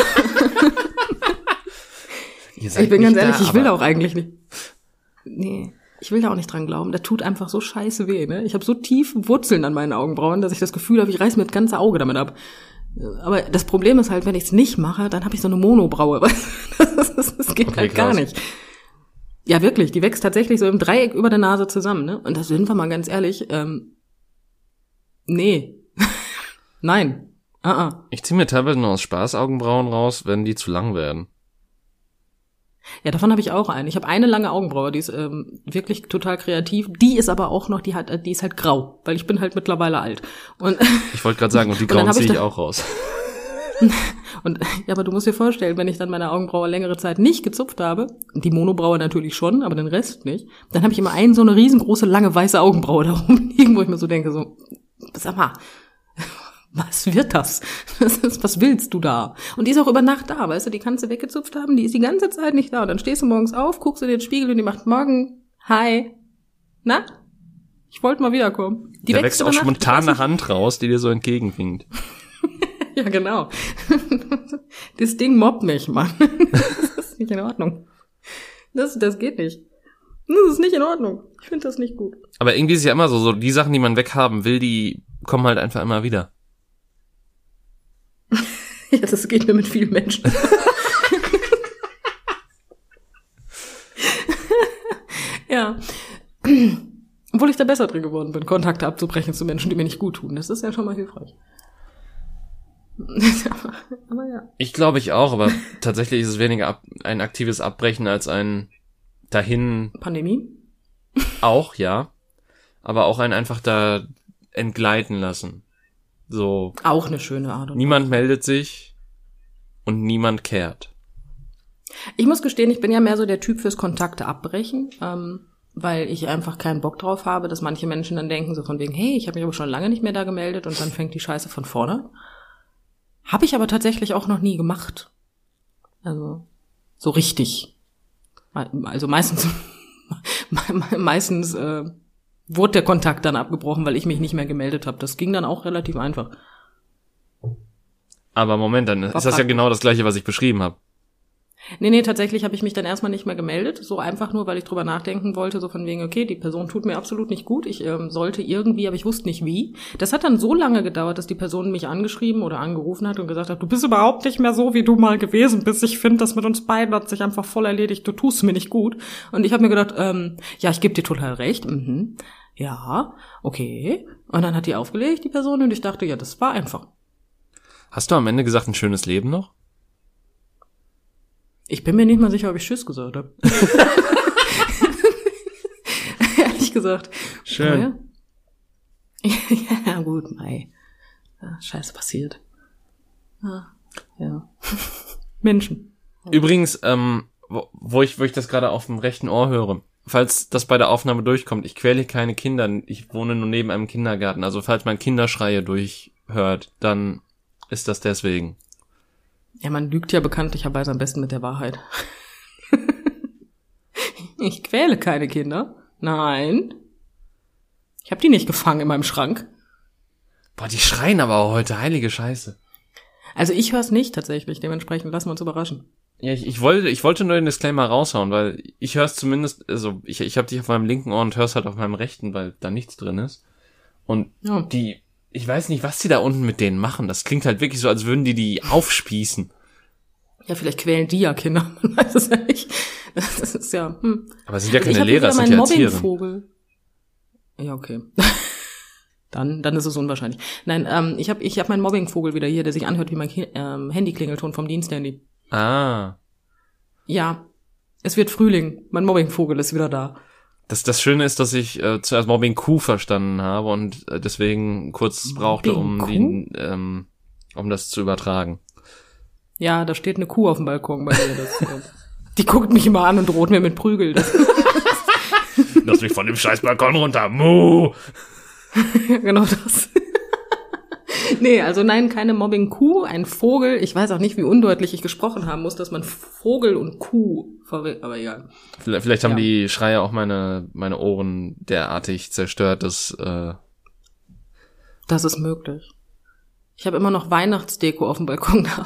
Ich bin ganz ehrlich, ich will da auch eigentlich nicht. Nee, ich will da auch nicht dran glauben. Das tut einfach so scheiße weh, ne? Ich habe so tiefe Wurzeln an meinen Augenbrauen, dass ich das Gefühl habe, ich reiß mir das ganze Auge damit ab. Aber das Problem ist halt, wenn ich es nicht mache, dann habe ich so eine Monobraue. Das geht halt gar nicht. Ja, wirklich, die wächst tatsächlich so im Dreieck über der Nase zusammen, ne? Und das sind wir mal ganz ehrlich, nee. Nein. Ich ziehe mir teilweise nur aus Spaß Augenbrauen raus, wenn die zu lang werden. Ja, davon habe ich auch eine. Ich habe eine lange Augenbraue, die ist wirklich total kreativ. Die ist aber auch noch, die ist halt grau, weil ich bin halt mittlerweile alt. Und ich wollte gerade sagen, und die grauen ziehe ich auch raus. Und ja, aber du musst dir vorstellen, wenn ich dann meine Augenbraue längere Zeit nicht gezupft habe, die Monobraue natürlich schon, aber den Rest nicht, dann habe ich immer so eine riesengroße, lange, weiße Augenbraue da rumliegen, wo ich mir so denke, so, sag mal, was wird das? Was willst du da? Und die ist auch über Nacht da, weißt du, die kannst du weggezupft haben, die ist die ganze Zeit nicht da. Und dann stehst du morgens auf, guckst in den Spiegel und die macht morgen, hi, na? Ich wollte mal wiederkommen. Die da wächst auch spontan eine Hand raus, die dir so entgegenwinkt. Ja, genau. Das Ding mobbt mich, Mann. Das ist nicht in Ordnung. Das geht nicht. Das ist nicht in Ordnung. Ich finde das nicht gut. Aber irgendwie ist es ja immer so, die Sachen, die man weghaben will, die kommen halt einfach immer wieder. Ja, das geht mir mit vielen Menschen. Ja. Obwohl ich da besser drin geworden bin, Kontakte abzubrechen zu Menschen, die mir nicht gut tun. Das ist ja schon mal hilfreich. Aber ja. Ich glaube ich auch, aber tatsächlich ist es weniger ein aktives Abbrechen als ein dahin. Pandemie? Auch, ja. Aber auch ein einfach da entgleiten lassen. So. Auch eine schöne Art. Niemand meldet sich und niemand kehrt. Ich muss gestehen, ich bin ja mehr so der Typ fürs Kontakte abbrechen, weil ich einfach keinen Bock drauf habe, dass manche Menschen dann denken so von wegen, hey, ich habe mich aber schon lange nicht mehr da gemeldet und dann fängt die Scheiße von vorne an. Habe ich aber tatsächlich auch noch nie gemacht. Also so richtig. Also meistens wurde der Kontakt dann abgebrochen, weil ich mich nicht mehr gemeldet habe. Das ging dann auch relativ einfach. Aber Moment, dann ist das ja genau das Gleiche, was ich beschrieben habe. Nee, tatsächlich habe ich mich dann erstmal nicht mehr gemeldet. So einfach nur, weil ich drüber nachdenken wollte, so von wegen, okay, die Person tut mir absolut nicht gut. Ich sollte irgendwie, aber ich wusste nicht wie. Das hat dann so lange gedauert, dass die Person mich angeschrieben oder angerufen hat und gesagt hat, du bist überhaupt nicht mehr so, wie du mal gewesen bist. Ich finde, das mit uns beiden hat sich einfach voll erledigt. Du tust mir nicht gut. Und ich habe mir gedacht, ja, ich gebe dir total recht. Ja, okay. Und dann hat die aufgelegt, die Person, und ich dachte, ja, das war einfach. Hast du am Ende gesagt, ein schönes Leben noch? Ich bin mir nicht mal sicher, ob ich Tschüss gesagt habe. Ehrlich gesagt. Schön. Ja, gut, mei. Ja, Scheiße passiert. Ja. Menschen. Übrigens, wo ich das gerade auf dem rechten Ohr höre, falls das bei der Aufnahme durchkommt, ich quäle keine Kinder, ich wohne nur neben einem Kindergarten, also falls man Kinderschreie durchhört, dann ist das deswegen. Ja, man lügt ja bekanntlicherweise am besten mit der Wahrheit. Ich quäle keine Kinder. Nein. Ich habe die nicht gefangen in meinem Schrank. Boah, die schreien aber auch heute, heilige Scheiße. Also ich höre es nicht tatsächlich, dementsprechend lassen wir uns überraschen. Ja, ich wollte nur den Disclaimer raushauen, weil ich höre es zumindest, also ich habe dich auf meinem linken Ohr und hör's halt auf meinem rechten, weil da nichts drin ist. Und ja. Ich weiß nicht, was die da unten mit denen machen. Das klingt halt wirklich so, als würden die aufspießen. Ja, vielleicht quälen die ja Kinder. Man weiß es ja nicht. Das ist ja, Aber es sind ja keine Lehrer, es sind ja Erzieher. Ja, okay. Dann ist es unwahrscheinlich. Nein, ich hab meinen Mobbingvogel wieder hier, der sich anhört wie mein Handyklingelton vom Diensthandy. Ah. Ja, es wird Frühling. Mein Mobbingvogel ist wieder da. Das Schöne ist, dass ich zuerst Mobbing Kuh verstanden habe und deswegen kurz brauchte, um das zu übertragen. Ja, da steht eine Kuh auf dem Balkon bei mir. Die guckt mich immer an und droht mir mit Prügel. Lass mich von dem scheiß Balkon runter. Muh! Ja, genau das. Nee, also nein, keine Mobbing-Kuh, ein Vogel. Ich weiß auch nicht, wie undeutlich ich gesprochen haben muss, dass man Vogel und Kuh verwirrt, aber egal. Vielleicht haben die Schreie auch meine Ohren derartig zerstört, dass Das ist möglich. Ich habe immer noch Weihnachtsdeko auf dem Balkon da.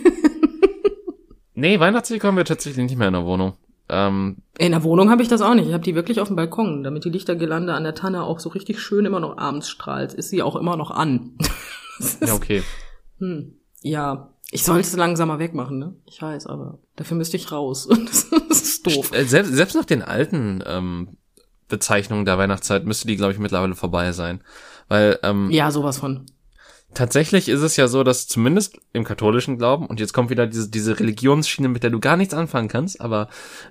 Nee, Weihnachtsdeko haben wir tatsächlich nicht mehr in der Wohnung. In der Wohnung habe ich das auch nicht. Ich habe die wirklich auf dem Balkon, damit die Lichtergirlande an der Tanne auch so richtig schön immer noch abends strahlt. Ist sie auch immer noch an. Ja, okay. Ja, ich sollte es langsamer wegmachen, ne? Ich weiß, aber dafür müsste ich raus. Und das ist doof. Selbst nach den alten Bezeichnungen der Weihnachtszeit müsste die, glaube ich, mittlerweile vorbei sein. Weil ja, sowas von. Tatsächlich ist es ja so, dass zumindest im katholischen Glauben, und jetzt kommt wieder diese Religionsschiene, mit der du gar nichts anfangen kannst, aber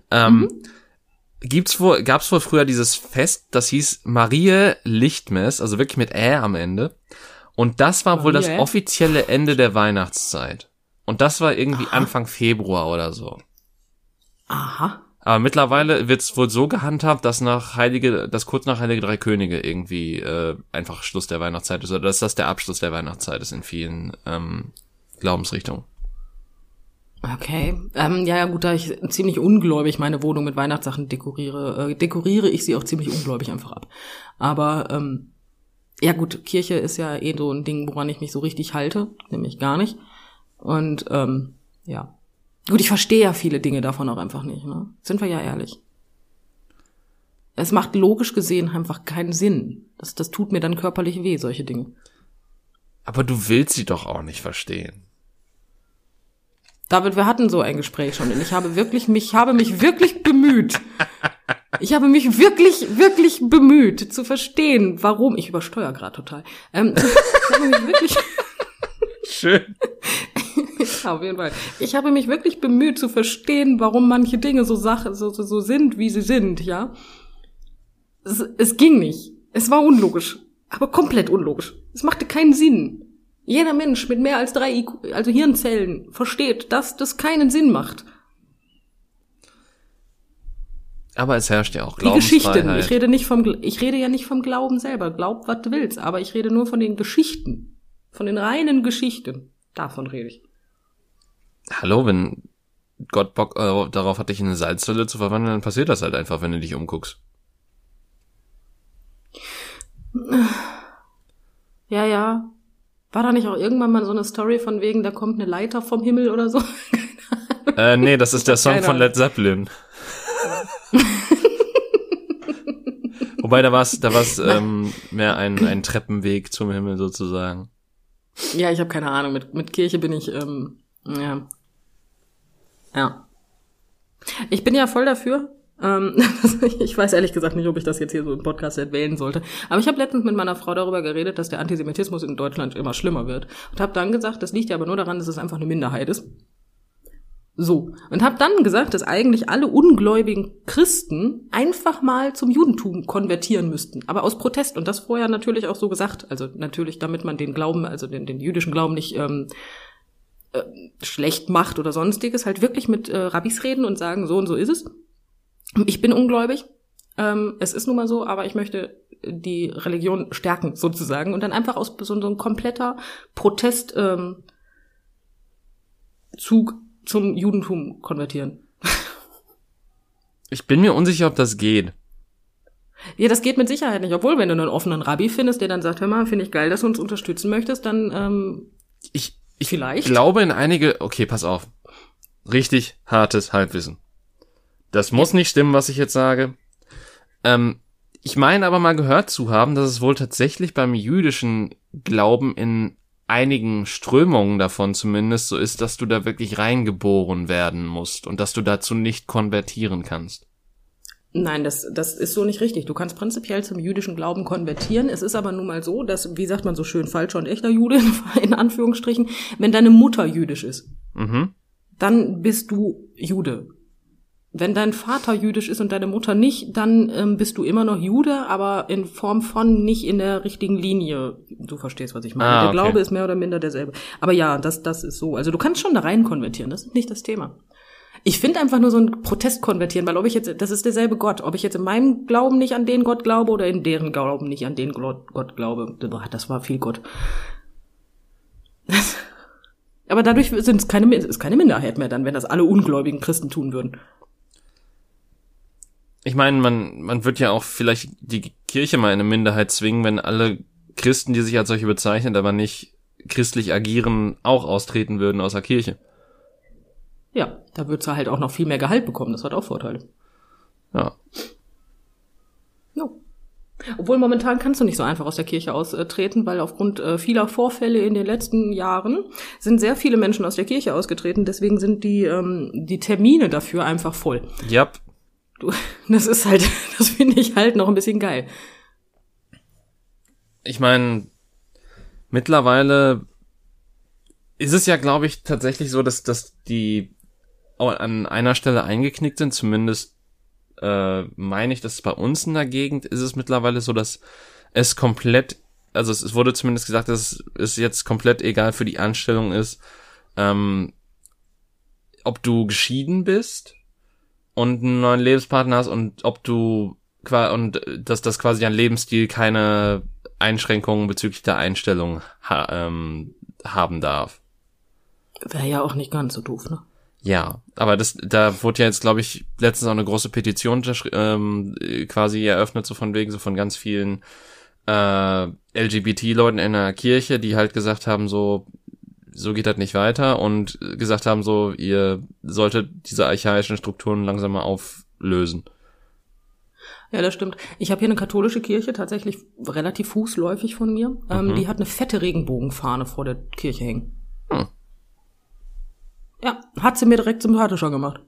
gab's wohl früher dieses Fest, das hieß Mariä Lichtmess, also wirklich mit am Ende. Und das war wohl das offizielle Ende der Weihnachtszeit. Und das war irgendwie Anfang Februar oder so. Aha. Aber mittlerweile wird's wohl so gehandhabt, dass kurz nach Heilige Drei Könige irgendwie einfach Schluss der Weihnachtszeit ist, oder dass das der Abschluss der Weihnachtszeit ist in vielen Glaubensrichtungen. Okay. Ja, gut, da ich ziemlich ungläubig meine Wohnung mit Weihnachtssachen dekoriere ich sie auch ziemlich ungläubig einfach ab. Aber ja gut, Kirche ist ja eh so ein Ding, woran ich mich so richtig halte, nämlich gar nicht. Und ja. Gut, ich verstehe ja viele Dinge davon auch einfach nicht, ne? Sind wir ja ehrlich. Es macht logisch gesehen einfach keinen Sinn. Das tut mir dann körperlich weh, solche Dinge. Aber du willst sie doch auch nicht verstehen. David, wir hatten so ein Gespräch schon und ich habe mich wirklich bemüht. Ich habe mich wirklich bemüht zu verstehen, warum. Ich übersteuere gerade total. Ich habe mich wirklich schön. Auf jeden Fall. Ich habe mich wirklich bemüht zu verstehen, warum manche Dinge so sind, wie sie sind, ja. Es ging nicht. Es war unlogisch. Aber komplett unlogisch. Es machte keinen Sinn. Jeder Mensch mit mehr als 3 IQ, also Hirnzellen, versteht, dass das keinen Sinn macht. Aber es herrscht ja auch Glaubensfreiheit. Die Geschichten. Ich rede ja nicht vom Glauben selber. Glaub, was du willst. Aber ich rede nur von den Geschichten. Von den reinen Geschichten. Davon rede ich. Hallo, wenn Gott Bock darauf hat, dich in eine Salzsäule zu verwandeln, dann passiert das halt einfach, wenn du dich umguckst. Ja. War da nicht auch irgendwann mal so eine Story von wegen, da kommt eine Leiter vom Himmel oder so? Nee, das ist der Song von Led Zeppelin. Wobei, da war's mehr ein Treppenweg zum Himmel sozusagen. Ja, ich habe keine Ahnung. Mit Kirche bin ich, ja. Ich bin ja voll dafür. Ich weiß ehrlich gesagt nicht, ob ich das jetzt hier so im Podcast erwähnen sollte. Aber ich habe letztens mit meiner Frau darüber geredet, dass der Antisemitismus in Deutschland immer schlimmer wird. Und habe dann gesagt, das liegt ja aber nur daran, dass es einfach eine Minderheit ist. So. Und habe dann gesagt, dass eigentlich alle ungläubigen Christen einfach mal zum Judentum konvertieren müssten. Aber aus Protest. Und das vorher natürlich auch so gesagt. Also natürlich, damit man den Glauben, also den jüdischen Glauben nicht schlecht macht oder sonstiges, halt wirklich mit Rabbis reden und sagen, so und so ist es. Ich bin ungläubig, es ist nun mal so, aber ich möchte die Religion stärken sozusagen und dann einfach aus so ein kompletter Protestzug zum Judentum konvertieren. Ich bin mir unsicher, ob das geht. Ja, das geht mit Sicherheit nicht, obwohl wenn du einen offenen Rabbi findest, der dann sagt, hör mal, finde ich geil, dass du uns unterstützen möchtest, dann ich vielleicht. Glaube in okay, pass auf, richtig hartes Halbwissen. Das muss nicht stimmen, was ich jetzt sage. Ich meine aber mal gehört zu haben, dass es wohl tatsächlich beim jüdischen Glauben in einigen Strömungen davon zumindest so ist, dass du da wirklich reingeboren werden musst und dass du dazu nicht konvertieren kannst. Nein, das ist so nicht richtig. Du kannst prinzipiell zum jüdischen Glauben konvertieren. Es ist aber nun mal so, dass, wie sagt man so schön, falscher und echter Jude, in Anführungsstrichen, wenn deine Mutter jüdisch ist, dann bist du Jude. Wenn dein Vater jüdisch ist und deine Mutter nicht, dann bist du immer noch Jude, aber in Form von nicht in der richtigen Linie. Du verstehst, was ich meine. Der Glaube ist mehr oder minder derselbe. Aber ja, das ist so. Also du kannst schon da rein konvertieren, das ist nicht das Thema. Ich finde einfach nur so ein Protest konvertieren, weil das ist derselbe Gott. Ob ich jetzt in meinem Glauben nicht an den Gott glaube oder in deren Glauben nicht an den Gott glaube. Das war viel Gott. Aber dadurch ist keine Minderheit mehr dann, wenn das alle ungläubigen Christen tun würden. Ich meine, man wird ja auch vielleicht die Kirche mal in eine Minderheit zwingen, wenn alle Christen, die sich als solche bezeichnen, aber nicht christlich agieren, auch austreten würden aus der Kirche. Ja, da wird sie halt auch noch viel mehr Gehalt bekommen. Das hat auch Vorteile. Ja. No. Obwohl momentan kannst du nicht so einfach aus der Kirche austreten, weil aufgrund vieler Vorfälle in den letzten Jahren sind sehr viele Menschen aus der Kirche ausgetreten. Deswegen sind die Termine dafür einfach voll. Yep. Das ist halt, das finde ich halt noch ein bisschen geil. Ich meine, mittlerweile ist es ja, glaube ich, tatsächlich so, dass die an einer Stelle eingeknickt sind, zumindest meine ich, dass bei uns in der Gegend ist es mittlerweile so, dass es komplett, also es wurde zumindest gesagt, dass es jetzt komplett egal für die Anstellung ist, ob du geschieden bist und einen neuen Lebenspartner hast und ob du dass das quasi dein Lebensstil keine Einschränkungen bezüglich der Einstellung haben darf. Wäre ja auch nicht ganz so doof, ne? Ja, aber da wurde ja jetzt, glaube ich, letztens auch eine große Petition quasi eröffnet, so von wegen, so von ganz vielen LGBT-Leuten in der Kirche, die halt gesagt haben, so geht das nicht weiter und gesagt haben, so, ihr solltet diese archaischen Strukturen langsam mal auflösen. Ja, das stimmt. Ich habe hier eine katholische Kirche, tatsächlich relativ fußläufig von mir. Die hat eine fette Regenbogenfahne vor der Kirche hängen. Ja, hat sie mir direkt sympathischer gemacht.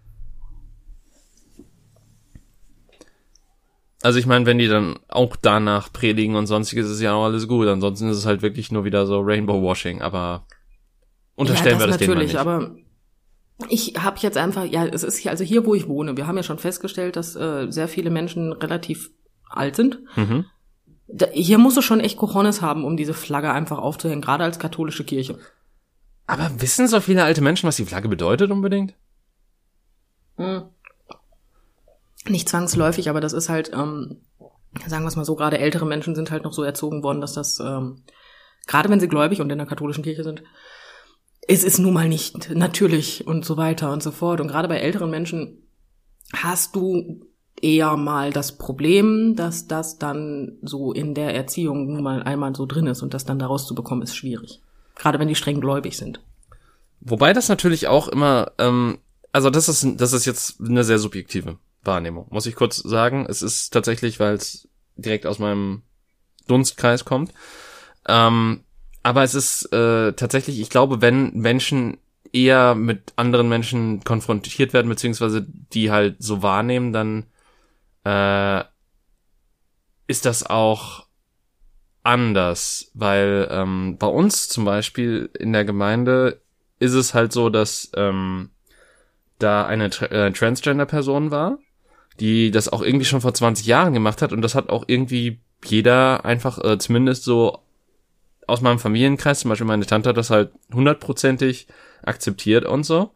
Also ich meine, wenn die dann auch danach predigen und sonstiges, ist ja auch alles gut. Ansonsten ist es halt wirklich nur wieder so Rainbow-Washing, aber unterstellen wir das denen mal nicht. Aber ich habe jetzt einfach, ja, es ist hier, also hier, wo ich wohne, wir haben ja schon festgestellt, dass sehr viele Menschen relativ alt sind. Hier musst du schon echt Cojones haben, um diese Flagge einfach aufzuhängen, gerade als katholische Kirche. Aber wissen so viele alte Menschen, was die Flagge bedeutet unbedingt? Nicht zwangsläufig, aber das ist halt, sagen wir es mal so, gerade ältere Menschen sind halt noch so erzogen worden, dass das, gerade wenn sie gläubig und in der katholischen Kirche sind, es ist nun mal nicht natürlich und so weiter und so fort. Und gerade bei älteren Menschen hast du eher mal das Problem, dass das dann so in der Erziehung nun mal einmal so drin ist und das dann da rauszubekommen ist schwierig. Gerade wenn die streng gläubig sind. Wobei das natürlich auch immer, also das ist jetzt eine sehr subjektive Wahrnehmung, muss ich kurz sagen. Es ist tatsächlich, weil es direkt aus meinem Dunstkreis kommt. Aber es ist tatsächlich, ich glaube, wenn Menschen eher mit anderen Menschen konfrontiert werden, beziehungsweise die halt so wahrnehmen, dann ist das auch anders, weil bei uns zum Beispiel in der Gemeinde ist es halt so, dass da eine Transgender-Person war, die das auch irgendwie schon vor 20 Jahren gemacht hat und das hat auch irgendwie jeder einfach zumindest so aus meinem Familienkreis, zum Beispiel meine Tante hat das halt 100%ig akzeptiert und so.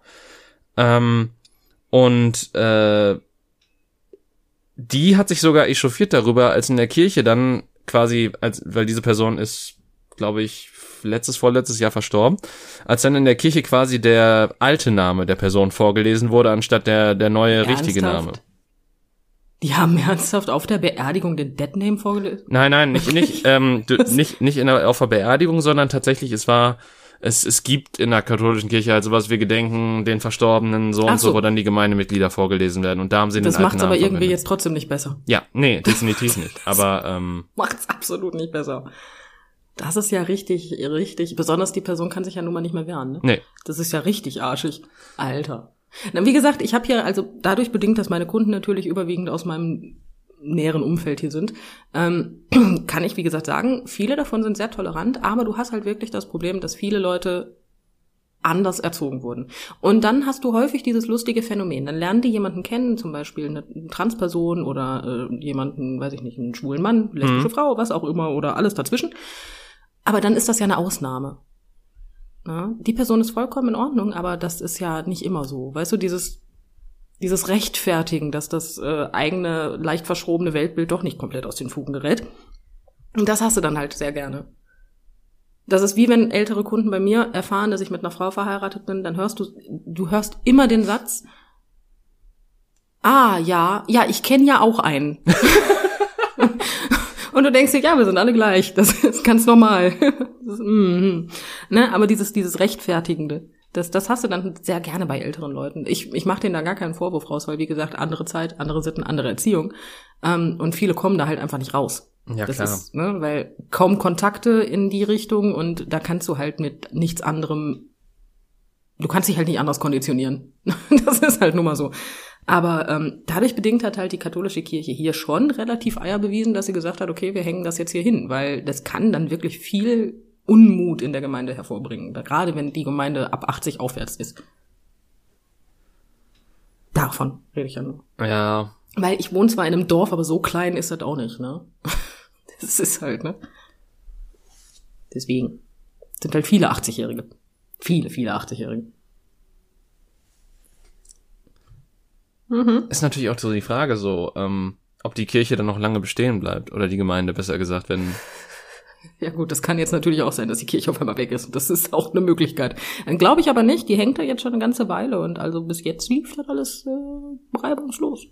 Die hat sich sogar echauffiert darüber, als in der Kirche dann quasi, weil diese Person ist, glaube ich, vorletztes Jahr verstorben, als dann in der Kirche quasi der alte Name der Person vorgelesen wurde, anstatt der neue Ernsthaft? Richtige Name. Die haben ernsthaft auf der Beerdigung den Dead Name vorgelesen? Nein, nicht auf der Beerdigung, sondern tatsächlich, es gibt in der katholischen Kirche halt sowas, wir gedenken den Verstorbenen so und so, wo dann die Gemeindemitglieder vorgelesen werden und da haben sie den alten Namen Das macht's aber irgendwie jetzt trotzdem nicht besser. Ja, nee, definitiv nicht, aber macht's absolut nicht besser. Das ist ja richtig, besonders die Person kann sich ja nun mal nicht mehr wehren, ne? Nee. Das ist ja richtig arschig. Alter. Na, wie gesagt, ich habe hier, also dadurch bedingt, dass meine Kunden natürlich überwiegend aus meinem näheren Umfeld hier sind, kann ich, wie gesagt, sagen, viele davon sind sehr tolerant, aber du hast halt wirklich das Problem, dass viele Leute anders erzogen wurden. Und dann hast du häufig dieses lustige Phänomen. Dann lernen die jemanden kennen, zum Beispiel eine Transperson oder jemanden, weiß ich nicht, einen schwulen Mann, lesbische Frau, was auch immer oder alles dazwischen. Aber dann ist das ja eine Ausnahme. Ja, die Person ist vollkommen in Ordnung, aber das ist ja nicht immer so. Weißt du, dieses Rechtfertigen, dass das eigene, leicht verschrobene Weltbild doch nicht komplett aus den Fugen gerät. Und das hast du dann halt sehr gerne. Das ist wie wenn ältere Kunden bei mir erfahren, dass ich mit einer Frau verheiratet bin, dann hörst du hörst immer den Satz, ja, ich kenne ja auch einen. Und du denkst dir, ja, wir sind alle gleich, das ist ganz normal. Ne? Aber dieses Rechtfertigende, Das hast du dann sehr gerne bei älteren Leuten. Ich mache denen da gar keinen Vorwurf raus, weil wie gesagt, andere Zeit, andere Sitten, andere Erziehung. Und viele kommen da halt einfach nicht raus. Ja, das klar. ist, ne, weil kaum Kontakte in die Richtung und da kannst du halt mit nichts anderem, du kannst dich halt nicht anders konditionieren. Das ist halt nun mal so. Aber dadurch bedingt hat halt die katholische Kirche hier schon relativ Eier bewiesen, dass sie gesagt hat, okay, wir hängen das jetzt hier hin, weil das kann dann wirklich viel Unmut in der Gemeinde hervorbringen, gerade wenn die Gemeinde ab 80 aufwärts ist. Davon rede ich ja nur. Ja. Weil ich wohne zwar in einem Dorf, aber so klein ist das auch nicht, ne? Das ist halt, ne? Deswegen sind halt viele 80-Jährige. Viele 80-Jährige. Ist natürlich auch so die Frage so, ob die Kirche dann noch lange bestehen bleibt oder die Gemeinde, besser gesagt, wenn... Ja gut, das kann jetzt natürlich auch sein, dass die Kirche auf einmal weg ist. Das ist auch eine Möglichkeit. Dann glaube ich aber nicht, die hängt da jetzt schon eine ganze Weile und also bis jetzt lief das alles reibungslos.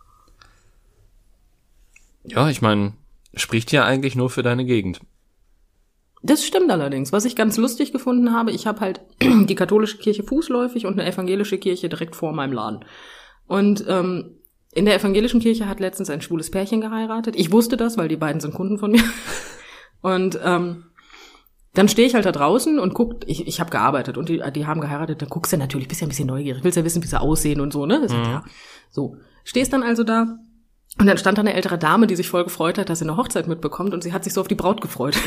Ja, ich meine, spricht ja eigentlich nur für deine Gegend. Das stimmt allerdings. Was ich ganz lustig gefunden habe, ich habe halt die katholische Kirche fußläufig und eine evangelische Kirche direkt vor meinem Laden. Und in der evangelischen Kirche hat letztens ein schwules Pärchen geheiratet. Ich wusste das, weil die beiden sind Kunden von mir. Und dann stehe ich halt da draußen und ich habe gearbeitet und die haben geheiratet, dann guckst du natürlich, bist ja ein bisschen neugierig, willst ja wissen, wie sie aussehen und so, ne? Ist ja klar. So, stehst dann also da und dann stand da eine ältere Dame, die sich voll gefreut hat, dass sie eine Hochzeit mitbekommt und sie hat sich so auf die Braut gefreut.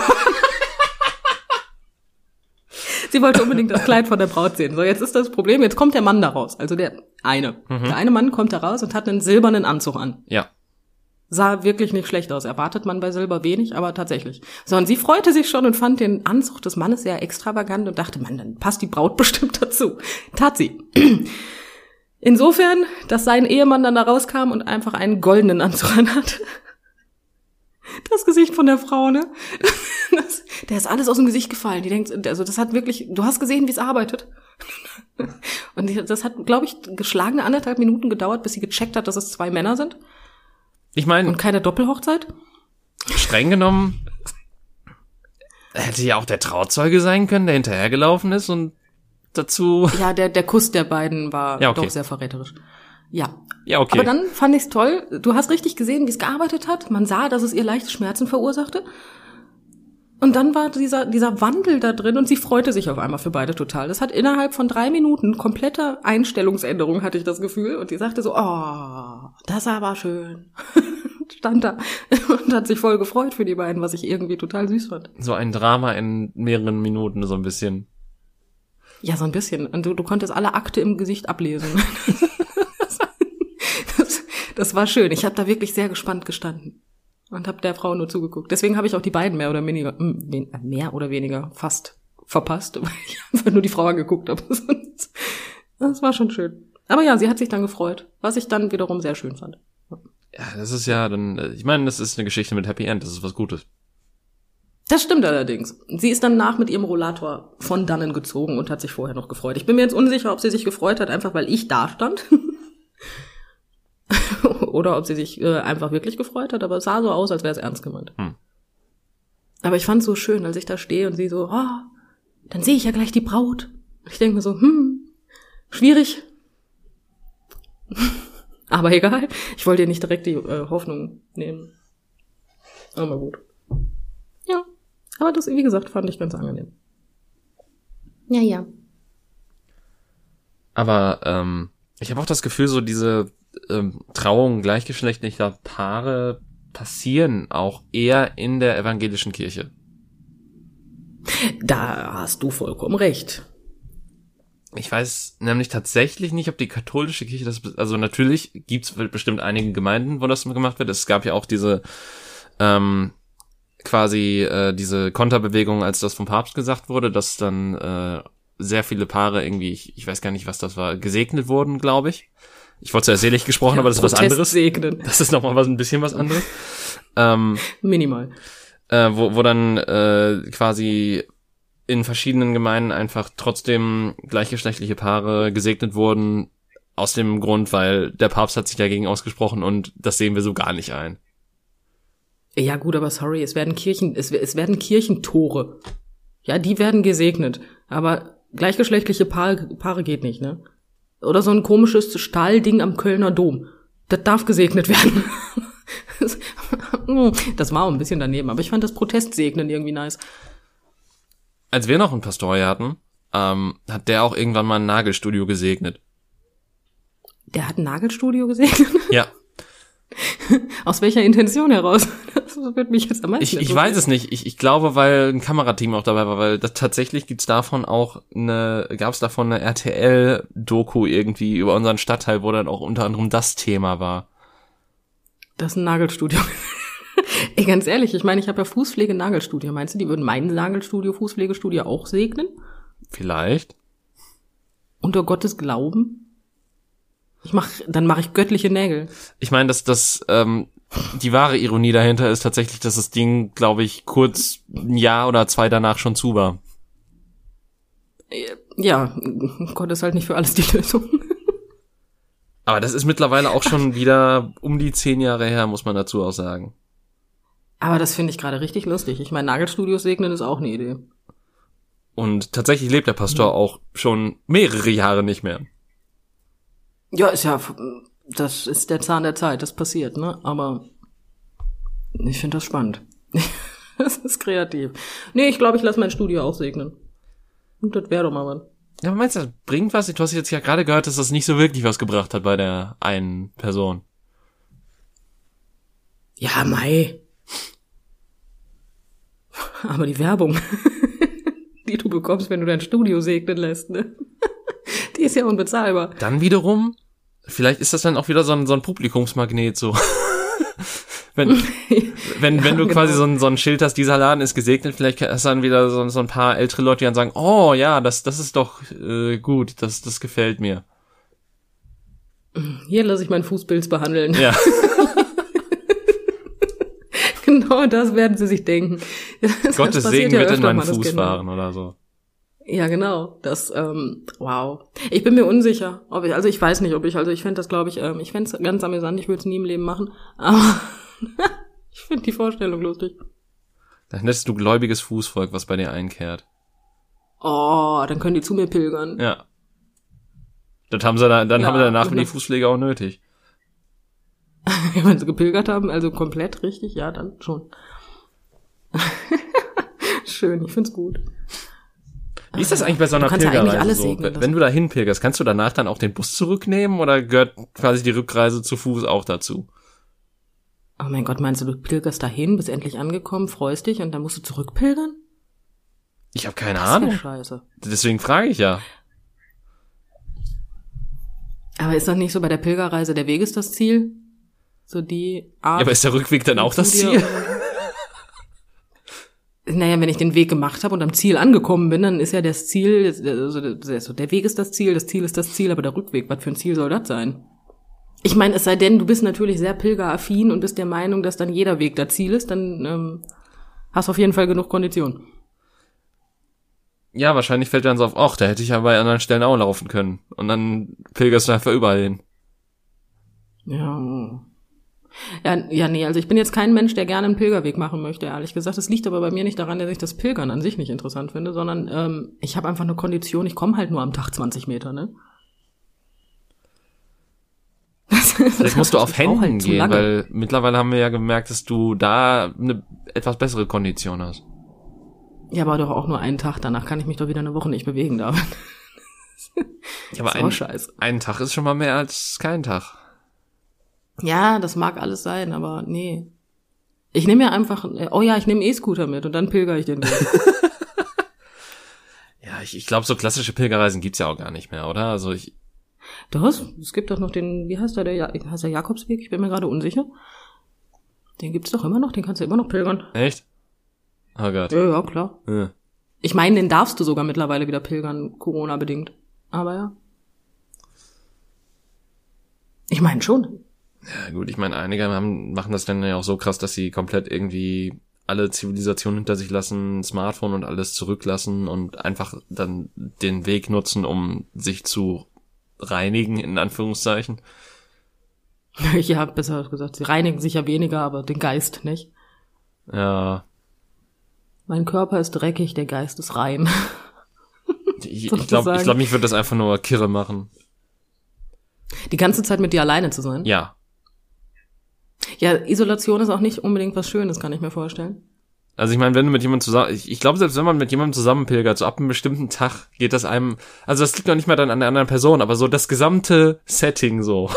Sie wollte unbedingt das Kleid von der Braut sehen. So, jetzt ist das Problem, jetzt kommt der Mann da raus, also der eine Mann kommt da raus und hat einen silbernen Anzug an. Ja. Sah wirklich nicht schlecht aus. Erwartet man bei Silber wenig, aber tatsächlich. So, und sie freute sich schon und fand den Anzug des Mannes sehr extravagant und dachte, man, dann passt die Braut bestimmt dazu. Tat sie. Insofern, dass sein Ehemann dann da rauskam und einfach einen goldenen Anzug anhat. Das Gesicht von der Frau, ne? Der ist alles aus dem Gesicht gefallen. Die denkt, also das hat wirklich, du hast gesehen, wie es arbeitet. Und das hat, glaube ich, geschlagene 1,5 Minuten gedauert, bis sie gecheckt hat, dass es 2 Männer sind. Ich meine... Und keine Doppelhochzeit? Streng genommen hätte ja auch der Trauzeuge sein können, der hinterhergelaufen ist und dazu... Ja, der Kuss der beiden war ja, okay. doch sehr verräterisch. Ja. Ja, okay. Aber dann fand ich's toll. Du hast richtig gesehen, wie es gearbeitet hat. Man sah, dass es ihr leichte Schmerzen verursachte. Und dann war dieser Wandel da drin und sie freute sich auf einmal für beide total. Das hat innerhalb von 3 Minuten komplette Einstellungsänderung, hatte ich das Gefühl. Und die sagte so, oh, das war schön. Stand da und hat sich voll gefreut für die beiden, was ich irgendwie total süß fand. So ein Drama in mehreren Minuten, so ein bisschen. Ja, so ein bisschen. Und du konntest alle Akte im Gesicht ablesen. Das war schön. Ich habe da wirklich sehr gespannt gestanden. Und habe der Frau nur zugeguckt. Deswegen habe ich auch die beiden mehr oder weniger fast verpasst, weil ich einfach nur die Frau angeguckt habe. Das war schon schön. Aber ja, sie hat sich dann gefreut, was ich dann wiederum sehr schön fand. Ja, das ist ja dann, ich meine, das ist eine Geschichte mit Happy End, das ist was Gutes. Das stimmt allerdings. Sie ist danach mit ihrem Rollator von dannen gezogen und hat sich vorher noch gefreut. Ich bin mir jetzt unsicher, ob sie sich gefreut hat, einfach weil ich da stand. Oder ob sie sich einfach wirklich gefreut hat, aber es sah so aus, als wäre es ernst gemeint. Aber ich fand es so schön, als ich da stehe und sie so, dann sehe ich ja gleich die Braut. Ich denke mir so, schwierig. Aber egal, ich wollte ihr nicht direkt die Hoffnung nehmen. Aber gut. Ja, aber das, wie gesagt, fand ich ganz angenehm. Ja. Aber ich habe auch das Gefühl, so diese Trauungen gleichgeschlechtlicher Paare passieren auch eher in der evangelischen Kirche. Da hast du vollkommen recht. Ich weiß nämlich tatsächlich nicht, ob die katholische Kirche das, also natürlich gibt's bestimmt einige Gemeinden, wo das gemacht wird. Es gab ja auch diese diese Konterbewegung, als das vom Papst gesagt wurde, dass dann sehr viele Paare irgendwie, ich weiß gar nicht, was das war, gesegnet wurden, glaube ich. Ich wollte zuerst selig gesprochen, ja, aber das ist was anderes. Segnen. Das ist nochmal ein bisschen was anderes. Minimal. Wo dann quasi in verschiedenen Gemeinden einfach trotzdem gleichgeschlechtliche Paare gesegnet wurden, aus dem Grund, weil der Papst hat sich dagegen ausgesprochen und das sehen wir so gar nicht ein. Ja gut, aber sorry, es werden Kirchentore. Ja, die werden gesegnet. Aber gleichgeschlechtliche Paare geht nicht, ne? Oder so ein komisches Stahlding am Kölner Dom. Das darf gesegnet werden. Das war auch ein bisschen daneben, aber ich fand das Protestsegnen irgendwie nice. Als wir noch einen Pastor hier hatten, hat der auch irgendwann mal ein Nagelstudio gesegnet. Der hat ein Nagelstudio gesegnet? Ja. Aus welcher Intention heraus? Das wird mich jetzt am meisten Ich weiß es nicht. Ich glaube, weil ein Kamerateam auch dabei war, weil das tatsächlich gab's davon eine RTL-Doku irgendwie über unseren Stadtteil, wo dann auch unter anderem das Thema war. Das ist ein Nagelstudio. Ey, ganz ehrlich, ich meine, ich habe ja Fußpflege-Nagelstudio. Meinst du, die würden mein Nagelstudio, Fußpflegestudio auch segnen? Vielleicht. Unter Gottes Glauben? Dann mache ich göttliche Nägel. Ich meine, dass die wahre Ironie dahinter ist tatsächlich, dass das Ding, glaube ich, kurz ein Jahr oder 2 danach schon zu war. Ja, Gott ist halt nicht für alles die Lösung. Aber das ist mittlerweile auch schon wieder um die 10 Jahre her, muss man dazu auch sagen. Aber das finde ich gerade richtig lustig. Ich meine, Nagelstudios segnen ist auch eine Idee. Und tatsächlich lebt der Pastor auch schon mehrere Jahre nicht mehr. Ja, das ist der Zahn der Zeit, das passiert, ne? Aber ich finde das spannend. Das ist kreativ. Nee, ich glaube, ich lasse mein Studio auch segnen. Und das wäre doch mal was. Ja, aber meinst du, das bringt was? Du hast jetzt ja gerade gehört, dass das nicht so wirklich was gebracht hat bei der einen Person. Ja, mei. Aber die Werbung, die du bekommst, wenn du dein Studio segnen lässt, ne? Die ist ja unbezahlbar. Dann wiederum, vielleicht ist das dann auch wieder so ein Publikumsmagnet, so. wenn du quasi so ein Schild hast, dieser Laden ist gesegnet, vielleicht hast du dann wieder so ein paar ältere Leute, die dann sagen, oh ja, das ist doch gut, das gefällt mir. Hier lasse ich meinen Fußpilz behandeln. Ja. Genau das werden sie sich denken. Gottes Segen wird in meinen Fuß fahren oder so. Ja, genau. Das, wow. Ich bin mir unsicher, ich weiß nicht, ich fände das, glaube ich fände es ganz amüsant, ich würde es nie im Leben machen, aber ich finde die Vorstellung lustig. Dann hättest du gläubiges Fußvolk, was bei dir einkehrt. Oh, dann können die zu mir pilgern. Ja. Das haben sie haben wir danach die Fußpflege auch nötig. Wenn sie gepilgert haben, also komplett richtig, ja, dann schon. Schön, ich find's gut. Wie ist das eigentlich bei so einer Pilgerreise so? Wenn du da hinpilgerst, kannst du danach dann auch den Bus zurücknehmen oder gehört quasi die Rückreise zu Fuß auch dazu? Oh mein Gott, meinst du pilgerst dahin, bist endlich angekommen, freust dich und dann musst du zurückpilgern? Ich habe keine Ahnung. Scheiße. Deswegen frage ich ja. Aber ist doch nicht so, bei der Pilgerreise der Weg ist das Ziel? So die Art. Ja, aber ist der Rückweg dann auch das Ziel? Naja, wenn ich den Weg gemacht habe und am Ziel angekommen bin, dann ist ja das Ziel, also der Weg ist das Ziel ist das Ziel, aber der Rückweg, was für ein Ziel soll das sein? Ich meine, es sei denn, du bist natürlich sehr pilgeraffin und bist der Meinung, dass dann jeder Weg das Ziel ist, dann hast du auf jeden Fall genug Kondition. Ja, wahrscheinlich fällt dann so auf, ach, da hätte ich ja bei anderen Stellen auch laufen können. Und dann pilgerst du einfach überall hin. Ja, nee, also ich bin jetzt kein Mensch, der gerne einen Pilgerweg machen möchte, ehrlich gesagt. Das liegt aber bei mir nicht daran, dass ich das Pilgern an sich nicht interessant finde, sondern ich habe einfach eine Kondition, ich komme halt nur am Tag 20 Meter, ne? Vielleicht musst du auf Händen gehen, weil mittlerweile haben wir ja gemerkt, dass du da eine etwas bessere Kondition hast. Ja, aber doch auch nur einen Tag, danach kann ich mich doch wieder eine Woche nicht bewegen, David. Ja, aber ein Tag ist schon mal mehr als kein Tag. Ja, das mag alles sein, aber nee. Ich nehme ja einfach, ich nehme E-Scooter mit und dann pilger ich den Weg. Ja, ich glaube, so klassische Pilgerreisen gibt's ja auch gar nicht mehr, oder? Also Doch, es gibt doch noch den, wie heißt der heißt der Jakobsweg? Ich bin mir gerade unsicher. Den gibt's doch immer noch, den kannst du immer noch pilgern. Echt? Oh Gott. Ja, klar. Ja. Ich meine, den darfst du sogar mittlerweile wieder pilgern, Corona-bedingt. Aber ja. Ich meine schon. Ja gut, ich meine, einige machen das dann ja auch so krass, dass sie komplett irgendwie alle Zivilisationen hinter sich lassen, Smartphone und alles zurücklassen und einfach dann den Weg nutzen, um sich zu reinigen, in Anführungszeichen. Ja, besser gesagt, sie reinigen sich ja weniger, aber den Geist nicht. Ja. Mein Körper ist dreckig, der Geist ist rein. Ich glaube, mich würde das einfach nur kirre machen. Die ganze Zeit mit dir alleine zu sein? Ja. Ja, Isolation ist auch nicht unbedingt was Schönes, kann ich mir vorstellen. Also ich meine, wenn du mit jemandem zusammen, ich glaube, selbst wenn man mit jemandem zusammen pilgert, so ab einem bestimmten Tag geht das einem, also das liegt noch nicht mal dann an der anderen Person, aber so das gesamte Setting so.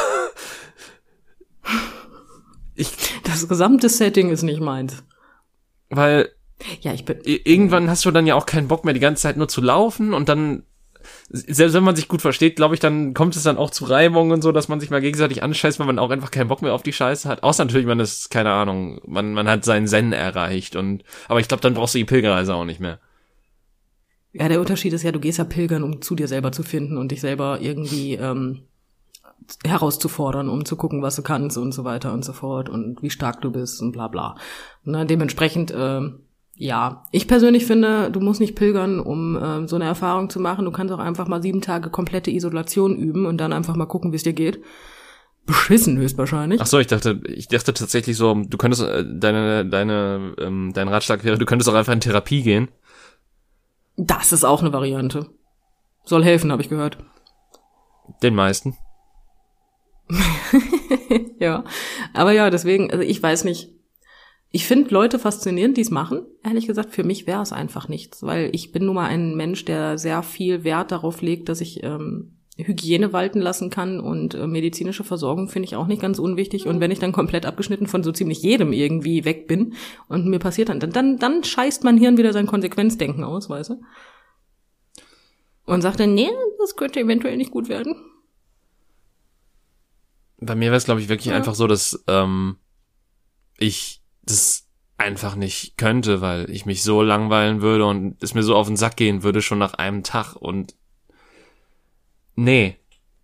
Das gesamte Setting ist nicht meins. Weil ja, irgendwann hast du dann ja auch keinen Bock mehr, die ganze Zeit nur zu laufen und dann, selbst wenn man sich gut versteht, glaube ich, dann kommt es dann auch zu Reibungen und so, dass man sich mal gegenseitig anscheißt, weil man auch einfach keinen Bock mehr auf die Scheiße hat. Außer natürlich, man ist, keine Ahnung, man hat seinen Zen erreicht aber ich glaube, dann brauchst du die Pilgerreise auch nicht mehr. Ja, der Unterschied ist ja, du gehst ja pilgern, um zu dir selber zu finden und dich selber irgendwie herauszufordern, um zu gucken, was du kannst und so weiter und so fort und wie stark du bist und bla bla. Ne, dementsprechend, ja, ich persönlich finde, du musst nicht pilgern, um so eine Erfahrung zu machen. Du kannst auch einfach mal 7 Tage komplette Isolation üben und dann einfach mal gucken, wie es dir geht. Beschissen höchstwahrscheinlich. Ach so, ich dachte tatsächlich so, du könntest dein Ratschlag wäre, du könntest auch einfach in Therapie gehen. Das ist auch eine Variante. Soll helfen, habe ich gehört. Den meisten. Ja, aber ja, deswegen, also ich weiß nicht. Ich finde Leute faszinierend, die es machen. Ehrlich gesagt, für mich wäre es einfach nichts, weil ich bin nun mal ein Mensch, der sehr viel Wert darauf legt, dass ich Hygiene walten lassen kann und medizinische Versorgung finde ich auch nicht ganz unwichtig. Und wenn ich dann komplett abgeschnitten von so ziemlich jedem irgendwie weg bin und mir passiert dann scheißt mein Hirn wieder sein Konsequenzdenken aus, weißt du? Und sagt dann, nee, das könnte eventuell nicht gut werden. Bei mir wäre es, glaube ich, wirklich einfach so, dass ich das einfach nicht könnte, weil ich mich so langweilen würde und es mir so auf den Sack gehen würde schon nach einem Tag und nee.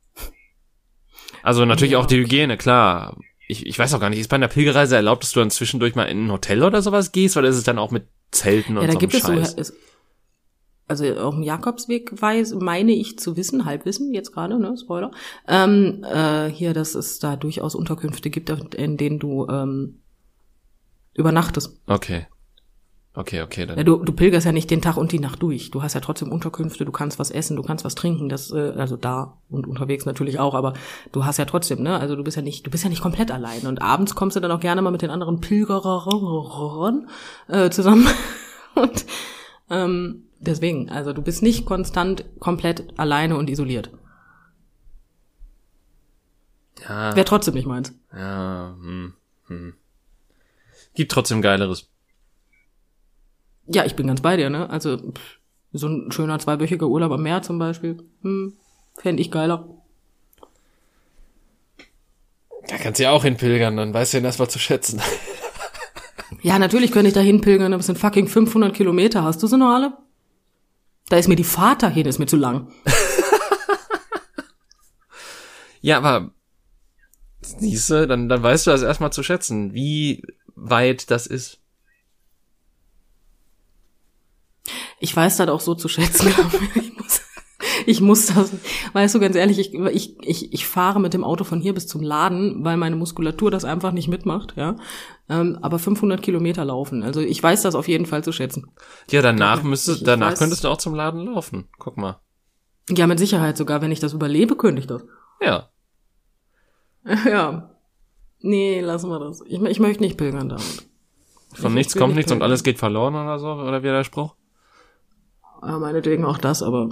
Also natürlich auch die Hygiene, klar. Ich weiß auch gar nicht, ist bei einer Pilgerreise erlaubt, dass du dann zwischendurch mal in ein Hotel oder sowas gehst, oder ist es dann auch mit Zelten und so einem Scheiß? So, also auf dem Jakobsweg meine ich zu wissen, Halbwissen jetzt gerade, ne, Spoiler, hier, dass es da durchaus Unterkünfte gibt, in denen du übernachtest. Okay. Dann. Ja, du pilgerst ja nicht den Tag und die Nacht durch. Du hast ja trotzdem Unterkünfte, du kannst was essen, du kannst was trinken, das also da und unterwegs natürlich auch, aber du hast ja trotzdem, ne? Also du bist ja nicht komplett allein und abends kommst du dann auch gerne mal mit den anderen Pilgerern zusammen und deswegen, also du bist nicht konstant komplett alleine und isoliert. Ja. Wäre trotzdem nicht meins. Ja, Gibt trotzdem Geileres. Ja, ich bin ganz bei dir, ne? Also so ein schöner 2-wöchiger Urlaub am Meer zum Beispiel, fände ich geiler. Da kannst du ja auch hinpilgern, dann weißt du ja erstmal zu schätzen. Ja, natürlich könnte ich da hinpilgern, aber es sind fucking 500 Kilometer. Hast du sie noch alle? Da ist mir die Fahrt dahin, ist mir zu lang. Ja, aber siehste, dann weißt du das erstmal zu schätzen, wie weit das ist. Ich weiß das auch so zu schätzen. Ich muss das, weißt du, ganz ehrlich, ich fahre mit dem Auto von hier bis zum Laden, weil meine Muskulatur das einfach nicht mitmacht, ja. Aber 500 Kilometer laufen, also ich weiß das auf jeden Fall zu schätzen. Ja, danach könntest du auch zum Laden laufen. Guck mal. Ja, mit Sicherheit sogar, wenn ich das überlebe, könnte ich das. Ja. Ja. Nee, lassen wir das. Ich möchte nicht pilgern damit. Von nichts kommt nichts und alles geht verloren oder so, oder wie der Spruch? Ja, meinetwegen auch das, aber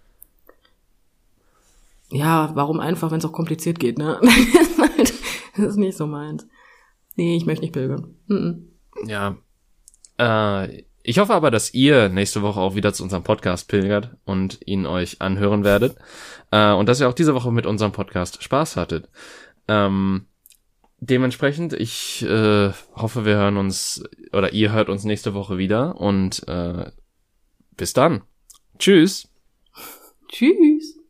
ja, warum einfach, wenn es auch kompliziert geht, ne? Das ist nicht so meins. Nee, ich möchte nicht pilgern. Ja. Ich hoffe aber, dass ihr nächste Woche auch wieder zu unserem Podcast pilgert und ihn euch anhören werdet. Und dass ihr auch diese Woche mit unserem Podcast Spaß hattet. Dementsprechend, ich hoffe, wir hören uns, oder ihr hört uns nächste Woche wieder und bis dann. Tschüss. Tschüss.